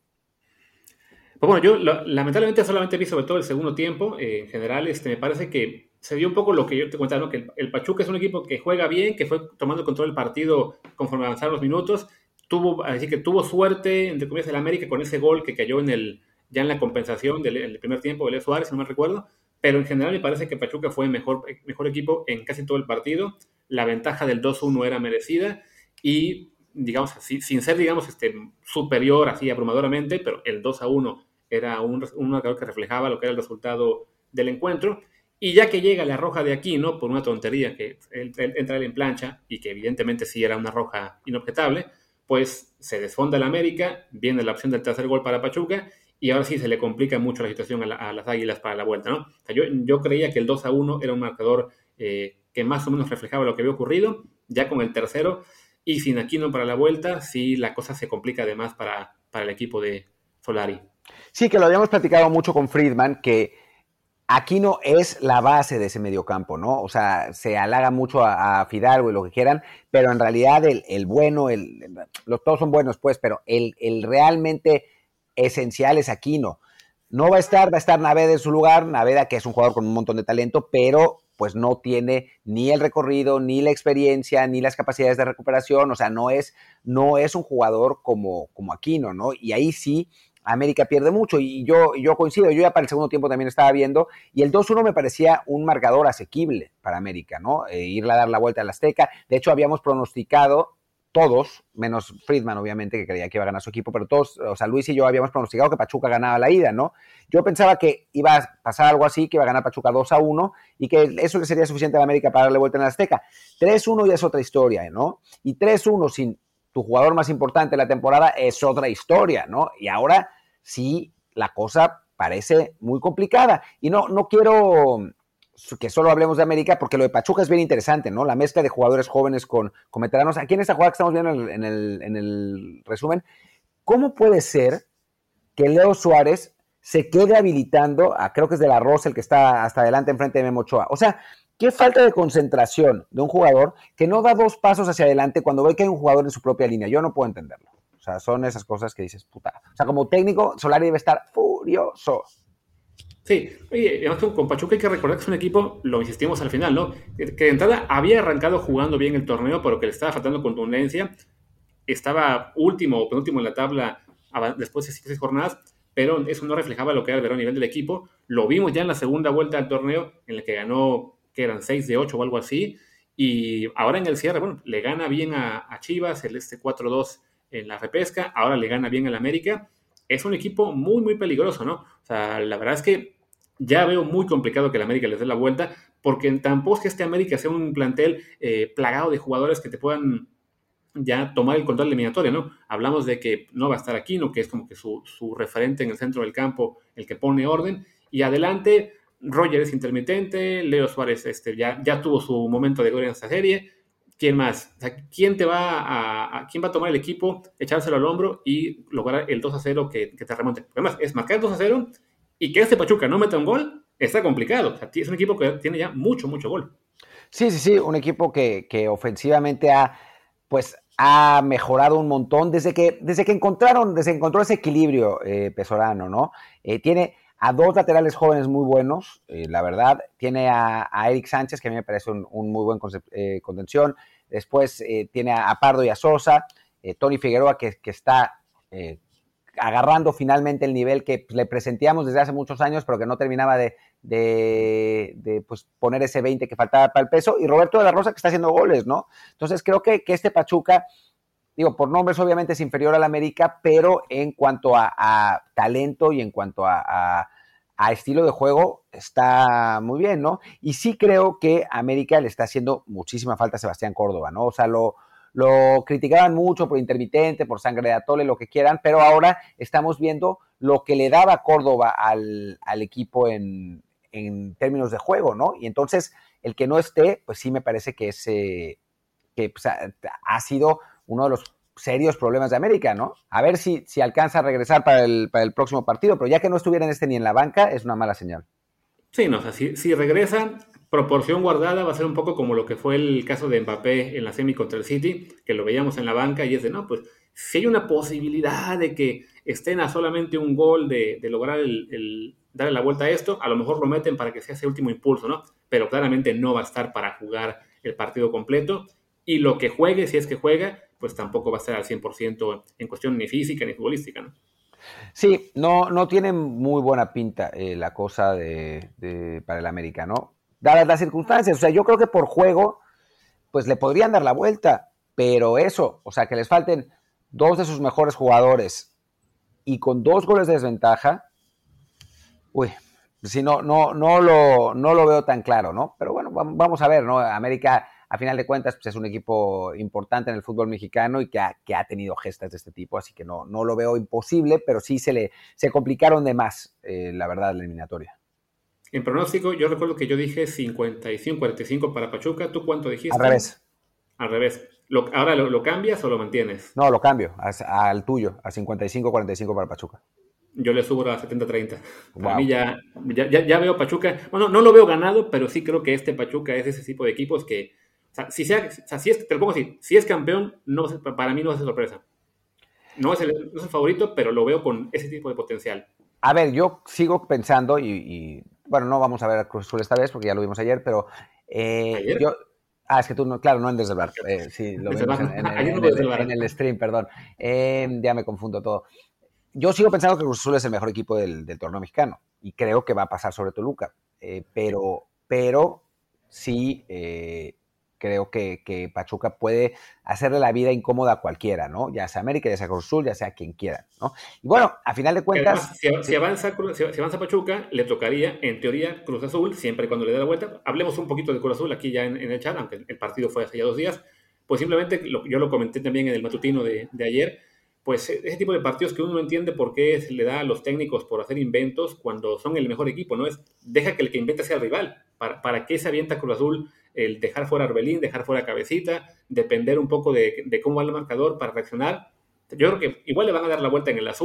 Pues bueno, yo lo, lamentablemente solamente vi sobre todo el segundo tiempo. Eh, en general, este, me parece que se dio un poco lo que yo te comentaba, ¿no? Que el, el Pachuca es un equipo que juega bien, que fue tomando control del partido conforme avanzaron los minutos. Tuvo, así que tuvo suerte, entre comillas, el América con ese gol que cayó en el, ya en la compensación del el primer tiempo de Leo Suárez, si no me recuerdo. Pero en general me parece que Pachuca fue mejor, mejor equipo en casi todo el partido. La ventaja del dos uno era merecida y, digamos, así, sin ser, digamos, este, superior así abrumadoramente, pero el dos a uno era un, un marcador que reflejaba lo que era el resultado del encuentro. Y ya que llega la roja de Aquino, por una tontería que él, él, entra él en plancha, y que evidentemente sí era una roja inobjetable, pues se desfonda el América, viene la opción del tercer gol para Pachuca, y ahora sí se le complica mucho la situación a, la, a las Águilas para la vuelta, ¿no? O sea, yo, yo creía que el dos a uno era un marcador eh, que más o menos reflejaba lo que había ocurrido. Ya con el tercero, y sin Aquino para la vuelta, sí la cosa se complica además para, para el equipo de Solari. Sí, que lo habíamos platicado mucho con Friedman, que Aquino es la base de ese mediocampo, ¿no? O sea, se halaga mucho a, a Fidalgo y lo que quieran, pero en realidad el, el bueno, el, los, todos son buenos, pues, pero el, el realmente esencial es Aquino. No va a estar, va a estar Naveda en su lugar, Naveda que es un jugador con un montón de talento, pero pues no tiene ni el recorrido, ni la experiencia, ni las capacidades de recuperación. O sea, no es, no es un jugador como, como Aquino, ¿no? Y ahí sí América pierde mucho, y yo, yo coincido. Yo ya para el segundo tiempo también estaba viendo, y el dos uno me parecía un marcador asequible para América, ¿no? Eh, irle a dar la vuelta al Azteca. De hecho, habíamos pronosticado todos, menos Friedman, obviamente, que creía que iba a ganar su equipo, pero todos, o sea, Luis y yo habíamos pronosticado que Pachuca ganaba la ida, ¿no? Yo pensaba que iba a pasar algo así, que iba a ganar Pachuca dos a uno, y que eso le sería suficiente a América para darle vuelta en el Azteca. tres uno ya es otra historia, ¿no? Y tres uno sin tu jugador más importante de la temporada es otra historia, ¿no? Y ahora sí la cosa parece muy complicada. Y no, no quiero que solo hablemos de América, porque lo de Pachuca es bien interesante, ¿no? La mezcla de jugadores jóvenes con, con veteranos. Aquí en esta jugada que estamos viendo en el, en, el, en el resumen, ¿cómo puede ser que Leo Suárez se quede habilitando a, creo que es de la Rosa, el que está hasta adelante enfrente de Memo Ochoa? O sea, qué falta de concentración de un jugador que no da dos pasos hacia adelante cuando ve que hay un jugador en su propia línea. Yo no puedo entenderlo. O sea, son esas cosas que dices, puta. O sea, como técnico, Solari debe estar furioso. Sí, oye, además con, con Pachuca hay que recordar que es un equipo, lo insistimos al final, ¿no? Que, que de entrada había arrancado jugando bien el torneo, pero que le estaba faltando contundencia. Estaba último o penúltimo en la tabla después de seis jornadas, pero eso no reflejaba lo que era el verdadero nivel del equipo. Lo vimos ya en la segunda vuelta del torneo, en la que ganó, que eran seis de ocho o algo así, y ahora en el cierre, bueno, le gana bien a, a Chivas, el este cuatro dos en la repesca, ahora le gana bien al América. Es un equipo muy, muy peligroso, ¿no? O sea, la verdad es que ya veo muy complicado que el América les dé la vuelta, porque tampoco es que este América sea un plantel eh, plagado de jugadores que te puedan ya tomar el control de eliminatoria, ¿no? Hablamos de que no va a estar Aquino, que es como que su, su referente en el centro del campo, el que pone orden, y adelante Roger es intermitente, Leo Suárez este, ya, ya tuvo su momento de gloria en esta serie. ¿Quién más? O sea, ¿quién te va a, a, quién va a tomar el equipo, echárselo al hombro y lograr el dos a cero que, que te remonte? Además, es marcar dos a cero y que este Pachuca no meta un gol, está complicado. O sea, es un equipo que tiene ya mucho, mucho gol. Sí, sí, sí, un equipo que, que ofensivamente ha, pues, ha mejorado un montón desde que, desde que encontraron, desde que encontró ese equilibrio eh, Pesolano, ¿no? Eh, tiene a dos laterales jóvenes muy buenos, eh, la verdad. Tiene a, a Eric Sánchez, que a mí me parece un, un muy buen eh, contención. Después eh, tiene a, a Pardo y a Sosa. Eh, Tony Figueroa, que, que está eh, agarrando finalmente el nivel que le presentíamos desde hace muchos años, pero que no terminaba de, de, de pues, poner ese veinte que faltaba para el peso. Y Roberto de la Rosa, que está haciendo goles, ¿no? Entonces creo que, que este Pachuca, digo, por nombres obviamente es inferior al América, pero en cuanto a, a talento y en cuanto a, a, a estilo de juego, está muy bien, ¿no? Y sí creo que a América le está haciendo muchísima falta a Sebastián Córdoba, ¿no? O sea, lo, lo criticaban mucho por intermitente, por sangre de atole, lo que quieran, pero ahora estamos viendo lo que le daba Córdoba al, al equipo en, en términos de juego, ¿no? Y entonces, el que no esté, pues sí me parece que, es, eh, que pues, ha, ha sido uno de los serios problemas de América, ¿no? A ver si, si alcanza a regresar para el, para el próximo partido, pero ya que no estuviera en este ni en la banca, es una mala señal. Sí, no, o sea, si, si regresa, proporción guardada va a ser un poco como lo que fue el caso de Mbappé en la semi contra el City, que lo veíamos en la banca y es de, no, pues si hay una posibilidad de que estén a solamente un gol de, de lograr el, el darle la vuelta a esto, a lo mejor lo meten para que sea ese último impulso, ¿no? Pero claramente no va a estar para jugar el partido completo y lo que juegue, si es que juega, pues tampoco va a estar al cien por ciento en cuestión ni física ni futbolística, ¿no? Sí, no, no tiene muy buena pinta eh, la cosa de, de, para el América, ¿no? Dadas las circunstancias, o sea, yo creo que por juego, pues le podrían dar la vuelta, pero eso, o sea, que les falten dos de sus mejores jugadores y con dos goles de desventaja, uy, si no, no, no, lo, no lo veo tan claro, ¿no? Pero bueno, vamos a ver, ¿no? América, a final de cuentas, pues es un equipo importante en el fútbol mexicano y que ha, que ha tenido gestas de este tipo, así que no, no lo veo imposible, pero sí se le se complicaron de más, eh, la verdad, la eliminatoria. En pronóstico, yo recuerdo que yo dije cincuenta y cinco cuarenta y cinco para Pachuca. ¿Tú cuánto dijiste? Al revés. Al revés. ¿Lo, ¿Ahora lo, lo cambias o lo mantienes? No, lo cambio a, a, al tuyo, a cincuenta y cinco cuarenta y cinco para Pachuca. Yo le subo a setenta treinta. Para wow. mí ya, ya, ya veo Pachuca. Bueno, no lo veo ganado, pero sí creo que este Pachuca es ese tipo de equipos que, o sea, si, sea, o sea, si es, te lo pongo así, si es campeón, no, para mí no va a ser sorpresa. No es, el, no es el favorito, pero lo veo con ese tipo de potencial. A ver, yo sigo pensando y, y bueno, no vamos a ver a Cruz Azul esta vez porque ya lo vimos ayer, pero eh, ¿Ayer? yo... Ah, es que tú, no, claro, no en Desde el Bar. Eh, sí, lo vimos en, en, en, en, el, en el stream, perdón. Eh, ya me confundo todo. Yo sigo pensando que Cruz Azul es el mejor equipo del, del torneo mexicano y creo que va a pasar sobre Toluca, eh, pero, pero sí eh, creo que, que Pachuca puede hacerle la vida incómoda a cualquiera, ¿no? Ya sea América, ya sea Cruz Azul, ya sea quien quiera, ¿no? Y bueno, a final de cuentas... Además, si, si, avanza, si avanza Pachuca, le tocaría, en teoría, Cruz Azul, siempre y cuando le dé la vuelta. Hablemos un poquito de Cruz Azul aquí ya en, en el chat, aunque el partido fue hace ya dos días. Pues simplemente, lo, yo lo comenté también en el matutino de, de ayer, pues ese tipo de partidos que uno no entiende por qué se le da a los técnicos por hacer inventos cuando son el mejor equipo, ¿no? Es, deja que el que inventa sea el rival. ¿Para, para qué se avienta Cruz Azul el dejar fuera a Arbelín, dejar fuera a Cabecita, depender un poco de, de cómo va el marcador para reaccionar? Yo creo que igual le van a dar la vuelta en el azul,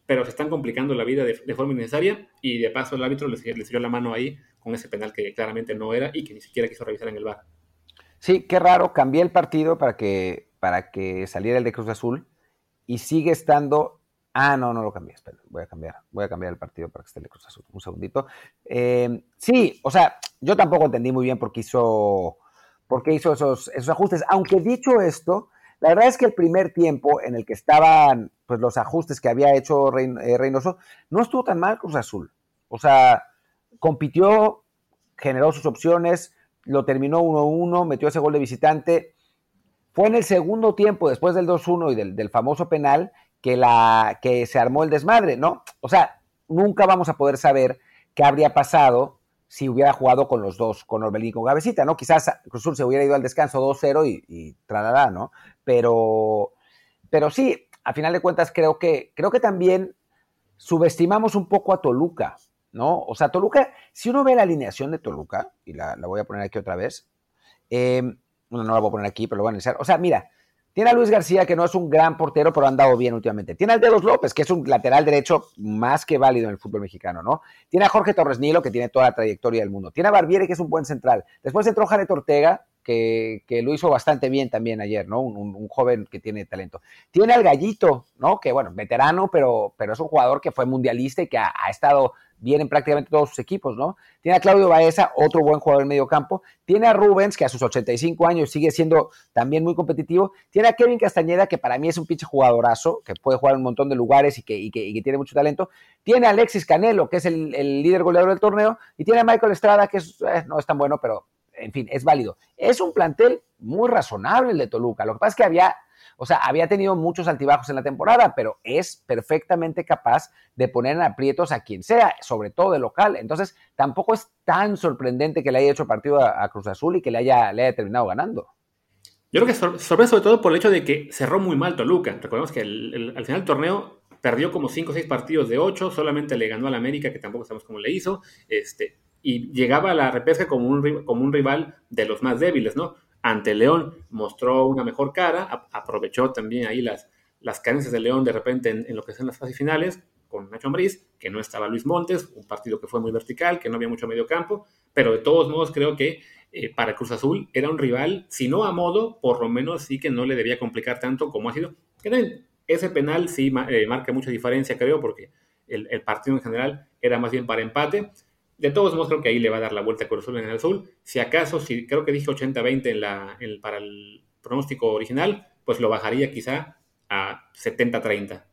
pero se están complicando la vida de, de forma innecesaria, y de paso el árbitro les, les dio la mano ahí con ese penal que claramente no era y que ni siquiera quiso revisar en el V A R. Sí, qué raro, cambié el partido para que, para que saliera el de Cruz Azul y sigue estando... Ah, no, no lo cambié, espera, voy a cambiar, voy a cambiar el partido para que esté el de Cruz Azul, un segundito. Eh, sí, o sea, yo tampoco entendí muy bien por qué hizo, por qué hizo esos, esos ajustes, aunque dicho esto, la verdad es que el primer tiempo en el que estaban pues los ajustes que había hecho Reynoso, no estuvo tan mal Cruz Azul, o sea, compitió, generó sus opciones, lo terminó uno uno, metió ese gol de visitante. Fue en el segundo tiempo, después del dos uno y del, del famoso penal, que, la, que se armó el desmadre, ¿no? O sea, nunca vamos a poder saber qué habría pasado si hubiera jugado con los dos, con Orbelín y con Gavecita, ¿no? Quizás Cruz Azul se hubiera ido al descanso dos cero y, y tralala, ¿no? Pero, pero sí, a final de cuentas creo que, creo que también subestimamos un poco a Toluca, ¿no? O sea, Toluca, si uno ve la alineación de Toluca, y la, la voy a poner aquí otra vez, eh, bueno, no la voy a poner aquí, pero lo voy a analizar. O sea, mira, tiene a Luis García, que no es un gran portero, pero ha andado bien últimamente. Tiene al Dedos López, que es un lateral derecho más que válido en el fútbol mexicano, ¿no? Tiene a Jorge Torres Nilo, que tiene toda la trayectoria del mundo. Tiene a Barbieri, que es un buen central. Después entró Jared Ortega, que, que lo hizo bastante bien también ayer, ¿no? Un, un, un joven que tiene talento. Tiene al Gallito, ¿no? Que, bueno, veterano, pero, pero es un jugador que fue mundialista y que ha, ha estado bien en prácticamente todos sus equipos, ¿no? Tiene a Claudio Baeza, otro buen jugador en medio campo. Tiene a Rubens, que a sus ochenta y cinco años sigue siendo también muy competitivo. Tiene a Kevin Castañeda, que para mí es un pinche jugadorazo, que puede jugar en un montón de lugares y que, y que, y que tiene mucho talento. Tiene a Alexis Canelo, que es el, el líder goleador del torneo. Y tiene a Michael Estrada, que es, eh, no es tan bueno, pero en fin, es válido. Es un plantel muy razonable el de Toluca. Lo que pasa es que había... O sea, había tenido muchos altibajos en la temporada, pero es perfectamente capaz de poner en aprietos a quien sea, sobre todo de local. Entonces, tampoco es tan sorprendente que le haya hecho partido a, a Cruz Azul y que le haya, le haya terminado ganando. Yo creo que sorprende sobre todo por el hecho de que cerró muy mal Toluca. Recordemos que el, el, al final del torneo perdió como cinco o seis partidos de ocho, solamente le ganó al América, que tampoco sabemos cómo le hizo, este, y llegaba a la repesca como un, como un rival de los más débiles, ¿no? Ante León mostró una mejor cara, a, aprovechó también ahí las, las carencias de León de repente en, en lo que son las fases finales, con Nacho Ambriz, que no estaba Luis Montes, un partido que fue muy vertical, que no había mucho medio campo, pero de todos modos creo que eh, para Cruz Azul era un rival, si no a modo, por lo menos sí que no le debía complicar tanto como ha sido. Ese penal sí eh, marca mucha diferencia, creo, porque el, el partido en general era más bien para empate. De todos modos, creo que ahí le va a dar la vuelta a Cruz Azul en el azul. Si acaso, si creo que dije ochenta veinte en la, en, para el pronóstico original, pues lo bajaría quizá a setenta treinta.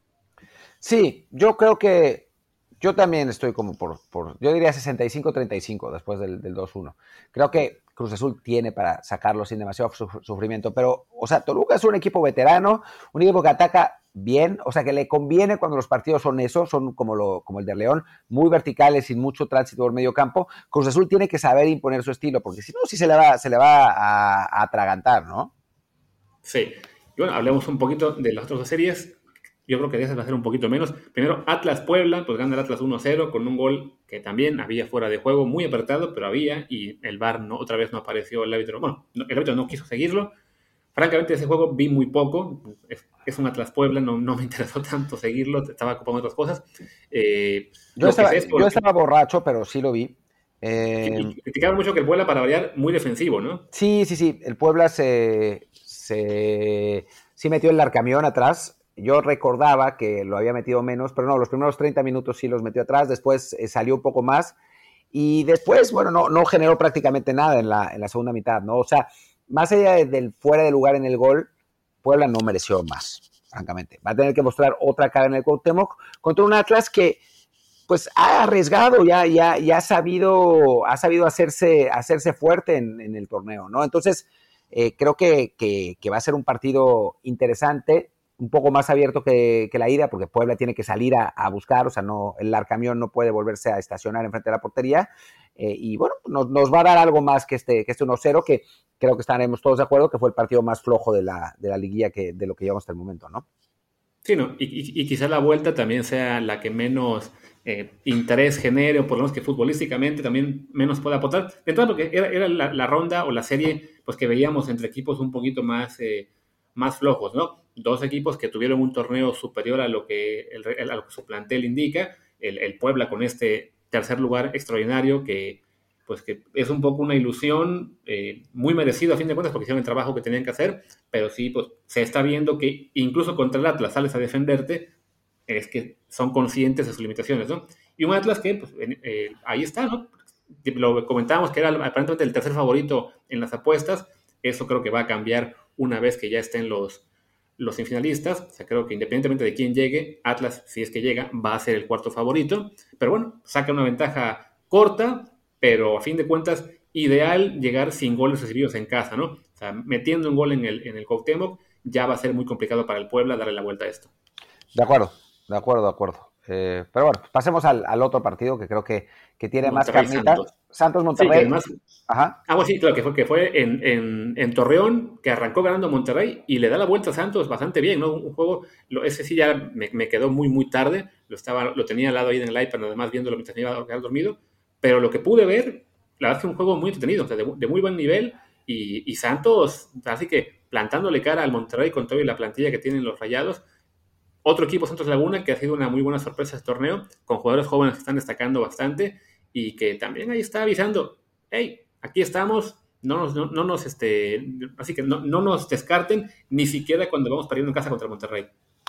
Sí, yo creo que yo también estoy como por, por yo diría sesenta y cinco treinta y cinco después del, del dos uno. Creo que Cruz Azul tiene para sacarlo sin demasiado sufrimiento, pero, o sea, Toluca es un equipo veterano, un equipo que ataca bien, o sea, que le conviene cuando los partidos son esos, son como, lo, como el de León, muy verticales, sin mucho tránsito por medio campo. Cruz Azul tiene que saber imponer su estilo, porque si no, sí se le va, se le va a, a atragantar, ¿no? Sí. Y bueno, hablemos un poquito de las otras series. Yo creo que de esas va a ser un poquito menos. Primero, Atlas-Puebla, pues gana el Atlas uno cero con un gol que también había fuera de juego, muy apretado, pero había, y el V A R no, otra vez no apareció el árbitro. Bueno, no, el árbitro no quiso seguirlo. Francamente, ese juego vi muy poco. Es, es un Atlas-Puebla, no, no me interesó tanto seguirlo, estaba ocupado en otras cosas. Eh, yo estaba, es yo estaba borracho, pero sí lo vi. Eh, criticaban mucho que el Puebla, para variar, muy defensivo, ¿no? Sí, sí, sí. El Puebla se, se sí metió el Larcamión atrás. Yo recordaba que lo había metido menos, pero no, los primeros treinta minutos sí los metió atrás, después eh, salió un poco más y después, bueno, no, no generó prácticamente nada en la, en la segunda mitad, ¿no? O sea, más allá de, del fuera de lugar en el gol, Puebla no mereció más, francamente. Va a tener que mostrar otra cara en el Cuauhtémoc contra un Atlas que pues ha arriesgado, ya, ya, ya ha sabido, ha sabido hacerse, hacerse fuerte en, en el torneo, ¿no? Entonces, eh, creo que, que, que va a ser un partido interesante, un poco más abierto que, que la ida, porque Puebla tiene que salir a, a buscar, o sea, no, el Larcamión no puede volverse a estacionar enfrente de la portería, eh, y bueno, nos, nos va a dar algo más que este, que este uno cero, que creo que estaremos todos de acuerdo que fue el partido más flojo de la, de la liguilla que, de lo que llevamos hasta el momento, ¿no? Sí, ¿no? Y, y, y quizá la vuelta también sea la que menos eh, interés genere, o por lo menos que futbolísticamente también menos pueda aportar. De entrada, porque era, era la, la ronda o la serie pues que veíamos entre equipos un poquito más... Eh, más flojos, ¿no? Dos equipos que tuvieron un torneo superior a lo que, el, a lo que su plantel indica, el, el Puebla con este tercer lugar extraordinario que, pues que es un poco una ilusión, eh, muy merecido a fin de cuentas porque hicieron el trabajo que tenían que hacer, pero sí, pues se está viendo que incluso contra el Atlas sales a defenderte, es que son conscientes de sus limitaciones, ¿no? Y un Atlas que, pues, eh, ahí está, ¿no? Lo comentábamos que era aparentemente el tercer favorito en las apuestas, eso creo que va a cambiar una vez que ya estén los, los semifinalistas, o sea, creo que independientemente de quién llegue, Atlas, si es que llega, va a ser el cuarto favorito, pero bueno, saca una ventaja corta, pero a fin de cuentas, ideal llegar sin goles recibidos en casa, ¿no? O sea, metiendo un gol en el, en el Cuauhtémoc, ya va a ser muy complicado para el Puebla darle la vuelta a esto. De acuerdo, de acuerdo, de acuerdo. Eh, pero bueno, pasemos al, al otro partido que creo que, que tiene Monterrey, más carnita. Santos, Santos Monterrey. Sí, además, Ajá. Ah, bueno, sí, claro, que fue, que fue en, en, en Torreón, que arrancó ganando Monterrey y le da la vuelta a Santos bastante bien, ¿no? Un juego, lo, ese sí ya me, me quedó muy, muy tarde, lo, estaba, lo tenía al lado ahí en el iPad, además viéndolo mientras me iba a quedar dormido, pero lo que pude ver, la verdad es que un juego muy entretenido, o sea, de, de muy buen nivel y, y Santos, así que plantándole cara al Monterrey con toda la plantilla que tienen los Rayados. Otro equipo, Santos Laguna, que ha sido una muy buena sorpresa este torneo, con jugadores jóvenes que están destacando bastante y que también ahí está avisando, hey, aquí estamos, no nos, no, no nos este, así que no, no nos descarten, ni siquiera cuando vamos perdiendo en casa contra Monterrey.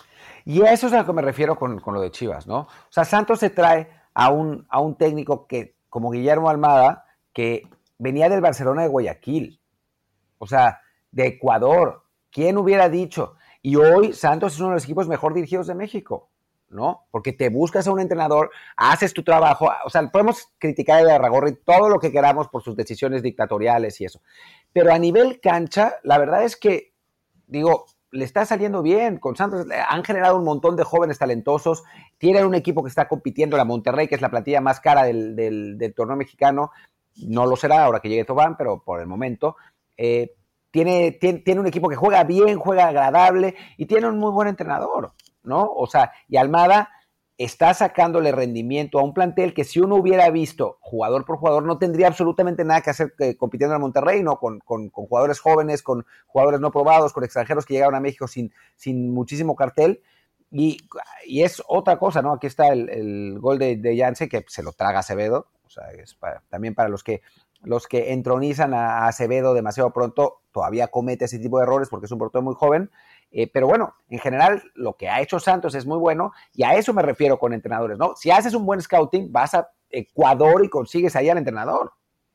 Y a eso es a lo que me refiero con, con lo de Chivas, ¿no? O sea, Santos se trae a un, a un técnico que, como Guillermo Almada, que venía del Barcelona de Guayaquil, o sea, de Ecuador. ¿Quién hubiera dicho? Y hoy Santos es uno de los equipos mejor dirigidos de México, ¿no? Porque te buscas a un entrenador, haces tu trabajo, o sea, podemos criticar a Irarrágorri todo lo que queramos por sus decisiones dictatoriales y eso, pero a nivel cancha, la verdad es que, digo, le está saliendo bien, con Santos han generado un montón de jóvenes talentosos, tienen un equipo que está compitiendo, la Monterrey, que es la plantilla más cara del, del, del torneo mexicano, no lo será ahora que llegue Tobán, pero por el momento, eh, Tiene, tiene, tiene un equipo que juega bien, juega agradable y tiene un muy buen entrenador, ¿no? O sea, y Almada está sacándole rendimiento a un plantel que si uno hubiera visto jugador por jugador no tendría absolutamente nada que hacer eh, compitiendo en el Monterrey, ¿no? Con, con, con jugadores jóvenes, con jugadores no probados, con extranjeros que llegaron a México sin, sin muchísimo cartel. Y, y es otra cosa, ¿no? Aquí está el, el gol de, de Yance que se lo traga Acevedo, o sea, es para, también para los que los que entronizan a Acevedo demasiado pronto, todavía comete ese tipo de errores porque es un portero muy joven, eh, pero bueno, en general lo que ha hecho Santos es muy bueno y a eso me refiero con entrenadores, ¿no? Si haces un buen scouting, vas a Ecuador y consigues ahí al entrenador.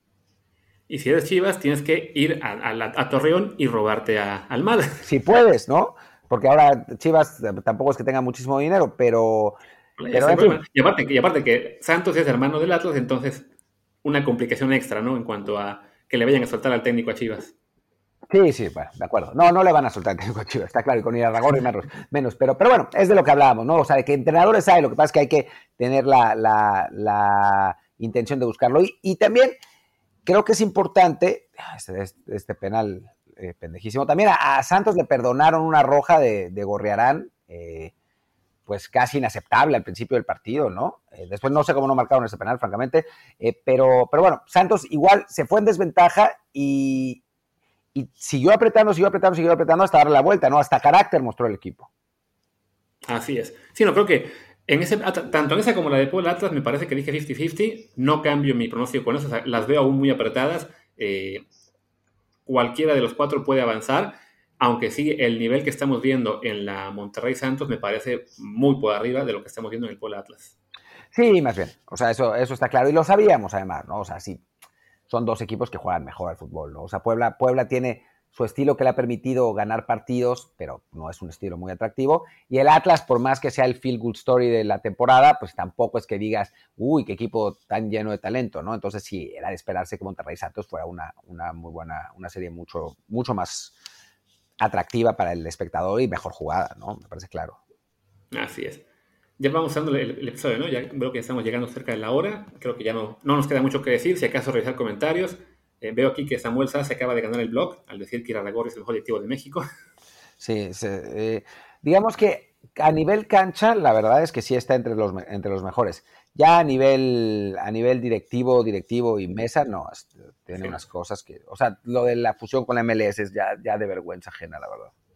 Y si eres Chivas, tienes que ir a, a, la, a Torreón y robarte a Almada. Si puedes, ¿no? Porque ahora Chivas tampoco es que tenga muchísimo dinero, pero... pero en fin. y, aparte, y aparte que Santos es hermano del Atlas, entonces una complicación extra, ¿no? En cuanto a que le vayan a soltar al técnico a Chivas. Sí, sí, bueno, de acuerdo. No, no le van a soltar al técnico a Chivas, está claro, y con Irarrágorri menos, menos. Pero, pero bueno, es de lo que hablábamos, ¿no? O sea, de que entrenadores hay, lo que pasa es que hay que tener la, la, la intención de buscarlo. Y, y también creo que es importante, este, este penal eh, pendejísimo, también a, a Santos le perdonaron una roja de, de Gorriarán, eh, pues casi inaceptable al principio del partido, ¿no? Eh, después no sé cómo no marcaron ese penal, francamente, eh, pero, pero bueno, Santos igual se fue en desventaja y, y siguió apretando, siguió apretando, siguió apretando hasta darle la vuelta, ¿no? Hasta carácter mostró el equipo. Así es. Sí, no, creo que en ese, tanto en esa como la de Puebla Atlas me parece que dije cincuenta cincuenta, no cambio mi pronóstico con eso, o sea, las veo aún muy apretadas, eh, cualquiera de los cuatro puede avanzar, aunque sí, el nivel que estamos viendo en la Monterrey Santos me parece muy por arriba de lo que estamos viendo en el Puebla Atlas. Sí, más bien. O sea, eso, eso está claro. Y lo sabíamos además, ¿no? O sea, sí, son dos equipos que juegan mejor al fútbol, ¿no? O sea, Puebla, Puebla tiene su estilo que le ha permitido ganar partidos, pero no es un estilo muy atractivo. Y el Atlas, por más que sea el feel good story de la temporada, pues tampoco es que digas, uy, qué equipo tan lleno de talento, ¿no? Entonces sí, era de esperarse que Monterrey Santos fuera una, una muy buena, una serie mucho, mucho más atractiva para el espectador y mejor jugada, ¿no? Me parece claro. Así es. Ya vamos dando el, el episodio, ¿no? Ya veo que estamos llegando cerca de la hora. Creo que ya no, no nos queda mucho que decir. Si acaso revisar comentarios. Eh, veo aquí que Samuel Sá se acaba de ganar el blog al decir que Irarrágorri es el mejor directivo de México. Sí, sí eh, digamos que a nivel cancha, la verdad es que sí está entre los, entre los mejores. Ya a nivel, a nivel directivo, directivo y mesa, no, tiene sí. unas cosas que... O sea, lo de la fusión con la M L S es ya, ya de vergüenza ajena, la verdad.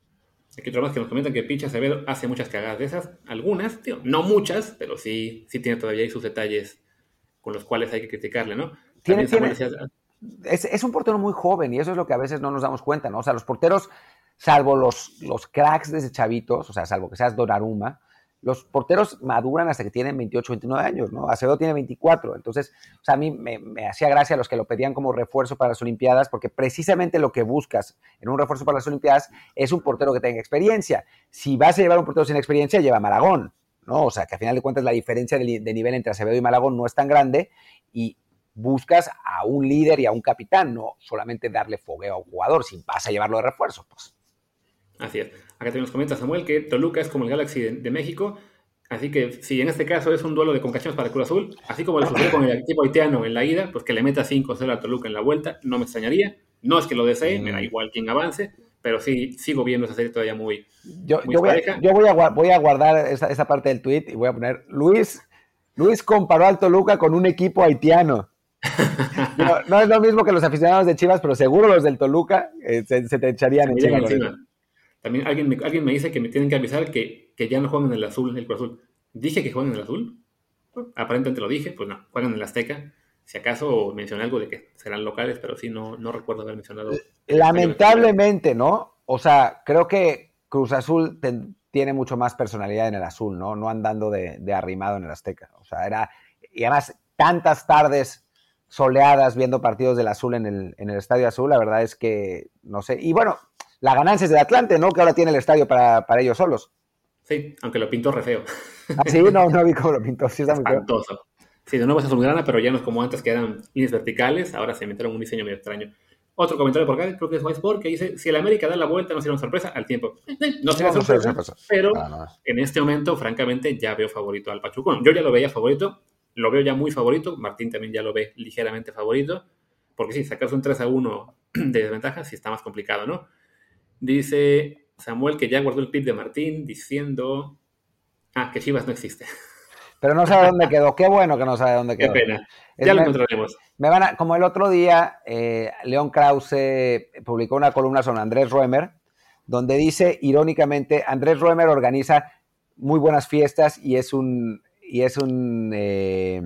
Aquí otro más que nos comentan que Pichi Acevedo hace muchas cagadas de esas, algunas, tío, no muchas, pero sí, sí tiene todavía ahí sus detalles con los cuales hay que criticarle, ¿no? Tiene, También Samuel tiene, decía... es, es un portero muy joven y eso es lo que a veces no nos damos cuenta, ¿no? O sea, los porteros, salvo los, los cracks desde chavitos, o sea, salvo que seas Donnarumma, los porteros maduran hasta que tienen veintiocho, veintinueve años, ¿no? Acevedo tiene veinticuatro, entonces, o sea, a mí me, me hacía gracia a los que lo pedían como refuerzo para las Olimpiadas, porque precisamente lo que buscas en un refuerzo para las Olimpiadas es un portero que tenga experiencia. Si vas a llevar un portero sin experiencia, lleva a Malagón, ¿no? O sea, que al final de cuentas la diferencia de, de nivel entre Acevedo y Malagón no es tan grande y buscas a un líder y a un capitán, no solamente darle fogueo a un jugador, si vas a llevarlo de refuerzo, pues. Así es. Acá también nos comenta Samuel que Toluca es como el Galaxy de, de México, así que si en este caso es un duelo de Concachampions para Cruz Azul, así como le sucedió con el equipo haitiano en la ida, pues que le meta cinco cero a Toluca en la vuelta, no me extrañaría. No es que lo desee, mm. me da igual quién avance, pero sí sigo viendo esa serie todavía muy, yo, muy yo voy, a, yo voy a, voy a guardar esa, esa parte del tweet y voy a poner Luis, Luis comparó al Toluca con un equipo haitiano. no, no es lo mismo que los aficionados de Chivas, pero seguro los del Toluca eh, se, se te echarían se encima. encima. También alguien me, alguien me dice que me tienen que avisar que, que ya no juegan en el azul, el Cruz Azul. ¿Dije que juegan en el azul? Bueno, aparentemente lo dije, pues no, juegan en el Azteca. Si acaso mencioné algo de que serán locales, pero sí no, no recuerdo haber mencionado. Lamentablemente, ¿no? O sea, creo que Cruz Azul te, tiene mucho más personalidad en el azul, ¿no? No andando de, de arrimado en el Azteca. O sea, era... Y además, tantas tardes soleadas viendo partidos del azul en el, en el Estadio Azul, la verdad es que, no sé. Y bueno, la ganancia es del Atlante, ¿no? Que ahora tiene el estadio para, para ellos solos. Sí, aunque lo pintó re feo. Ah, sí, no, no vi cómo lo pintó. Sí, está muy feo. Espantoso. Sí, de nuevo es azulgrana, pero ya no es como antes que eran líneas verticales, ahora se metieron un diseño medio extraño. Otro comentario por acá, creo que es Whitesport, que dice, si el América da la vuelta no será una sorpresa al tiempo. No será no, sorpresa, no sorpresa, pero no, no. en este momento, francamente, ya veo favorito al Pachuca. Yo ya lo veía favorito, lo veo ya muy favorito, Martín también ya lo ve ligeramente favorito, porque sí, sacarse un tres a uno de desventaja sí está más complicado, ¿no? Dice Samuel que ya guardó el clip de Martín diciendo, ah, que Chivas no existe. Pero no sabe dónde quedó. Qué bueno que no sabe dónde quedó. Qué pena. Es, ya lo me, encontraremos. Me van a, como el otro día, eh, León Krause publicó una columna sobre Andrés Roemer, donde dice, irónicamente, Andrés Roemer organiza muy buenas fiestas y es un, y es un, eh,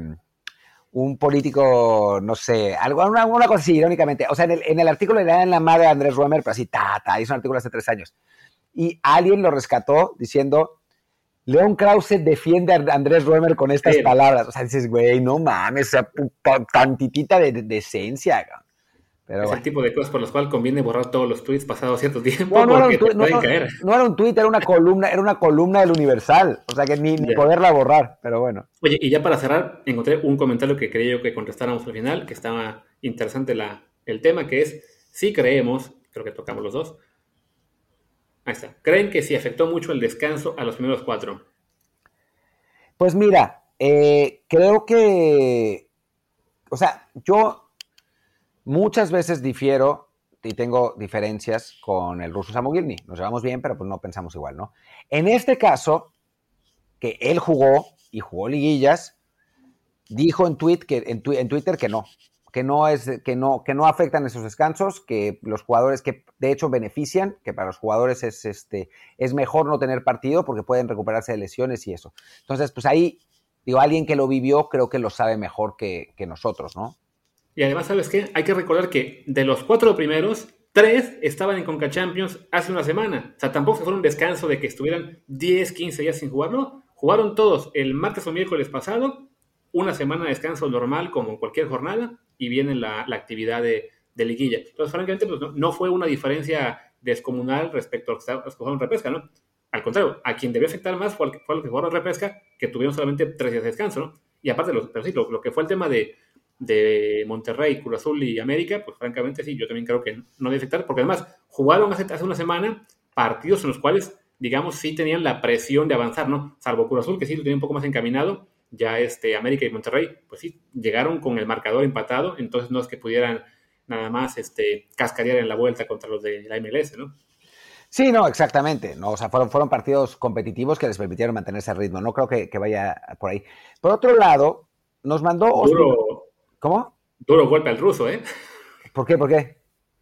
un político, no sé, algo, una, una cosa así, irónicamente. O sea, en el, en el artículo le dan la madre a Andrés Roemer, pero así, ta, ta, hizo un artículo hace tres años. Y alguien lo rescató diciendo... León Krause defiende a Andrés Roemer con estas sí. palabras. O sea, dices, güey, no mames, o sea, tantitita de, de, de esencia. Pero es bueno. El tipo de cosas por las cuales conviene borrar todos los tweets pasados cierto tiempo no, no porque era un te pueden no, caer. No era un tweet, era una columna, era una columna del Universal. O sea, que ni, ni poderla borrar, pero bueno. Oye, y ya para cerrar, encontré un comentario que quería yo que contestáramos al final, que estaba interesante la, el tema, que es, si creemos, creo que tocamos los dos, ahí está. ¿Creen que sí afectó mucho el descanso a los primeros cuatro? Pues mira, eh, creo que, o sea, yo muchas veces difiero y tengo diferencias con el ruso Samogirny. Nos llevamos bien, pero pues no pensamos igual, ¿no? En este caso, que él jugó y jugó liguillas, dijo en, tweet que, en, tu, en Twitter que no, que no, es, que, no, que no afectan esos descansos, que los jugadores, que de hecho benefician, que para los jugadores es, este, es mejor no tener partido porque pueden recuperarse de lesiones y eso. Entonces, pues ahí, digo, alguien que lo vivió creo que lo sabe mejor que, que nosotros, ¿no? Y además, ¿sabes qué? Hay que recordar que de los cuatro primeros, tres estaban en CONCACHAMPIONS hace una semana. O sea, tampoco fue un descanso de que estuvieran diez, quince días sin jugar, ¿no? Jugaron todos el martes o miércoles pasado, una semana de descanso normal como cualquier jornada, y viene la, la actividad de, de liguilla. Entonces, francamente, pues, no, no fue una diferencia descomunal respecto a los que jugaron repesca, ¿no? Al contrario, a quien debió afectar más fue, al, fue a los que jugaron repesca, que tuvieron solamente tres días de descanso, ¿no? Y aparte, los, pero sí, lo, lo que fue el tema de, de Monterrey, Cruz Azul y América, pues francamente sí, yo también creo que no debe afectar, porque además jugaron hace, hace una semana partidos en los cuales, digamos, sí tenían la presión de avanzar, ¿no? Salvo Cruz Azul, que sí lo tenía un poco más encaminado, ya este, América y Monterrey, pues sí, llegaron con el marcador empatado, entonces no es que pudieran nada más este, cascarear en la vuelta contra los de la M L S, ¿no? Sí, no, exactamente. No, o sea, fueron, fueron partidos competitivos que les permitieron mantenerse al ritmo. No creo que, que vaya por ahí. Por otro lado, nos mandó... Duro, ¿Cómo? Duro golpe al ruso, ¿eh? ¿Por qué? ¿Por qué?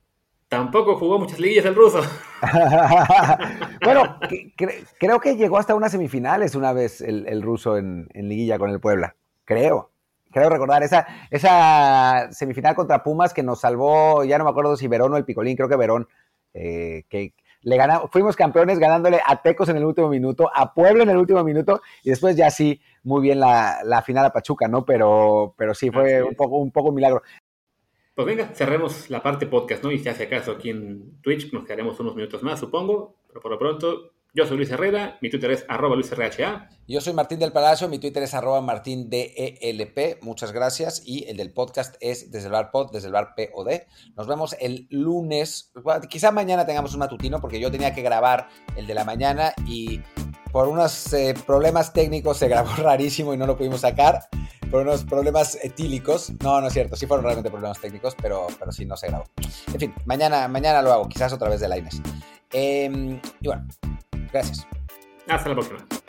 Tampoco jugó muchas liguillas el ruso. Bueno, que, cre, creo que llegó hasta unas semifinales una vez el, el ruso en, en liguilla con el Puebla. Creo. Creo recordar esa, esa semifinal contra Pumas que nos salvó, ya no me acuerdo si Verón o el Picolín, creo que Verón, eh, que le ganamos, fuimos campeones ganándole a Tecos en el último minuto, a Puebla en el último minuto, y después ya sí, muy bien la, la final a Pachuca, ¿no? Pero, pero sí, fue un poco, un poco un milagro. Pues venga, cerremos la parte podcast, ¿no? Y si hace acaso aquí en Twitch nos quedaremos unos minutos más, supongo, pero por lo pronto... Yo soy Luis Herrera, mi Twitter es arroba luisrha. Yo soy Martín del Palacio, mi Twitter es arroba martindelp, muchas gracias. Y el del podcast es desde el bar pod, desde el bar pod. Nos vemos el lunes, bueno, quizá mañana tengamos un matutino porque yo tenía que grabar el de la mañana y por unos eh, problemas técnicos se grabó rarísimo y no lo pudimos sacar. Por unos problemas etílicos. No, no es cierto, sí fueron realmente problemas técnicos, pero, pero sí no se grabó. En fin, mañana, mañana lo hago, quizás otra vez de la Inés. Eh, y bueno, gracias. Hasta la próxima.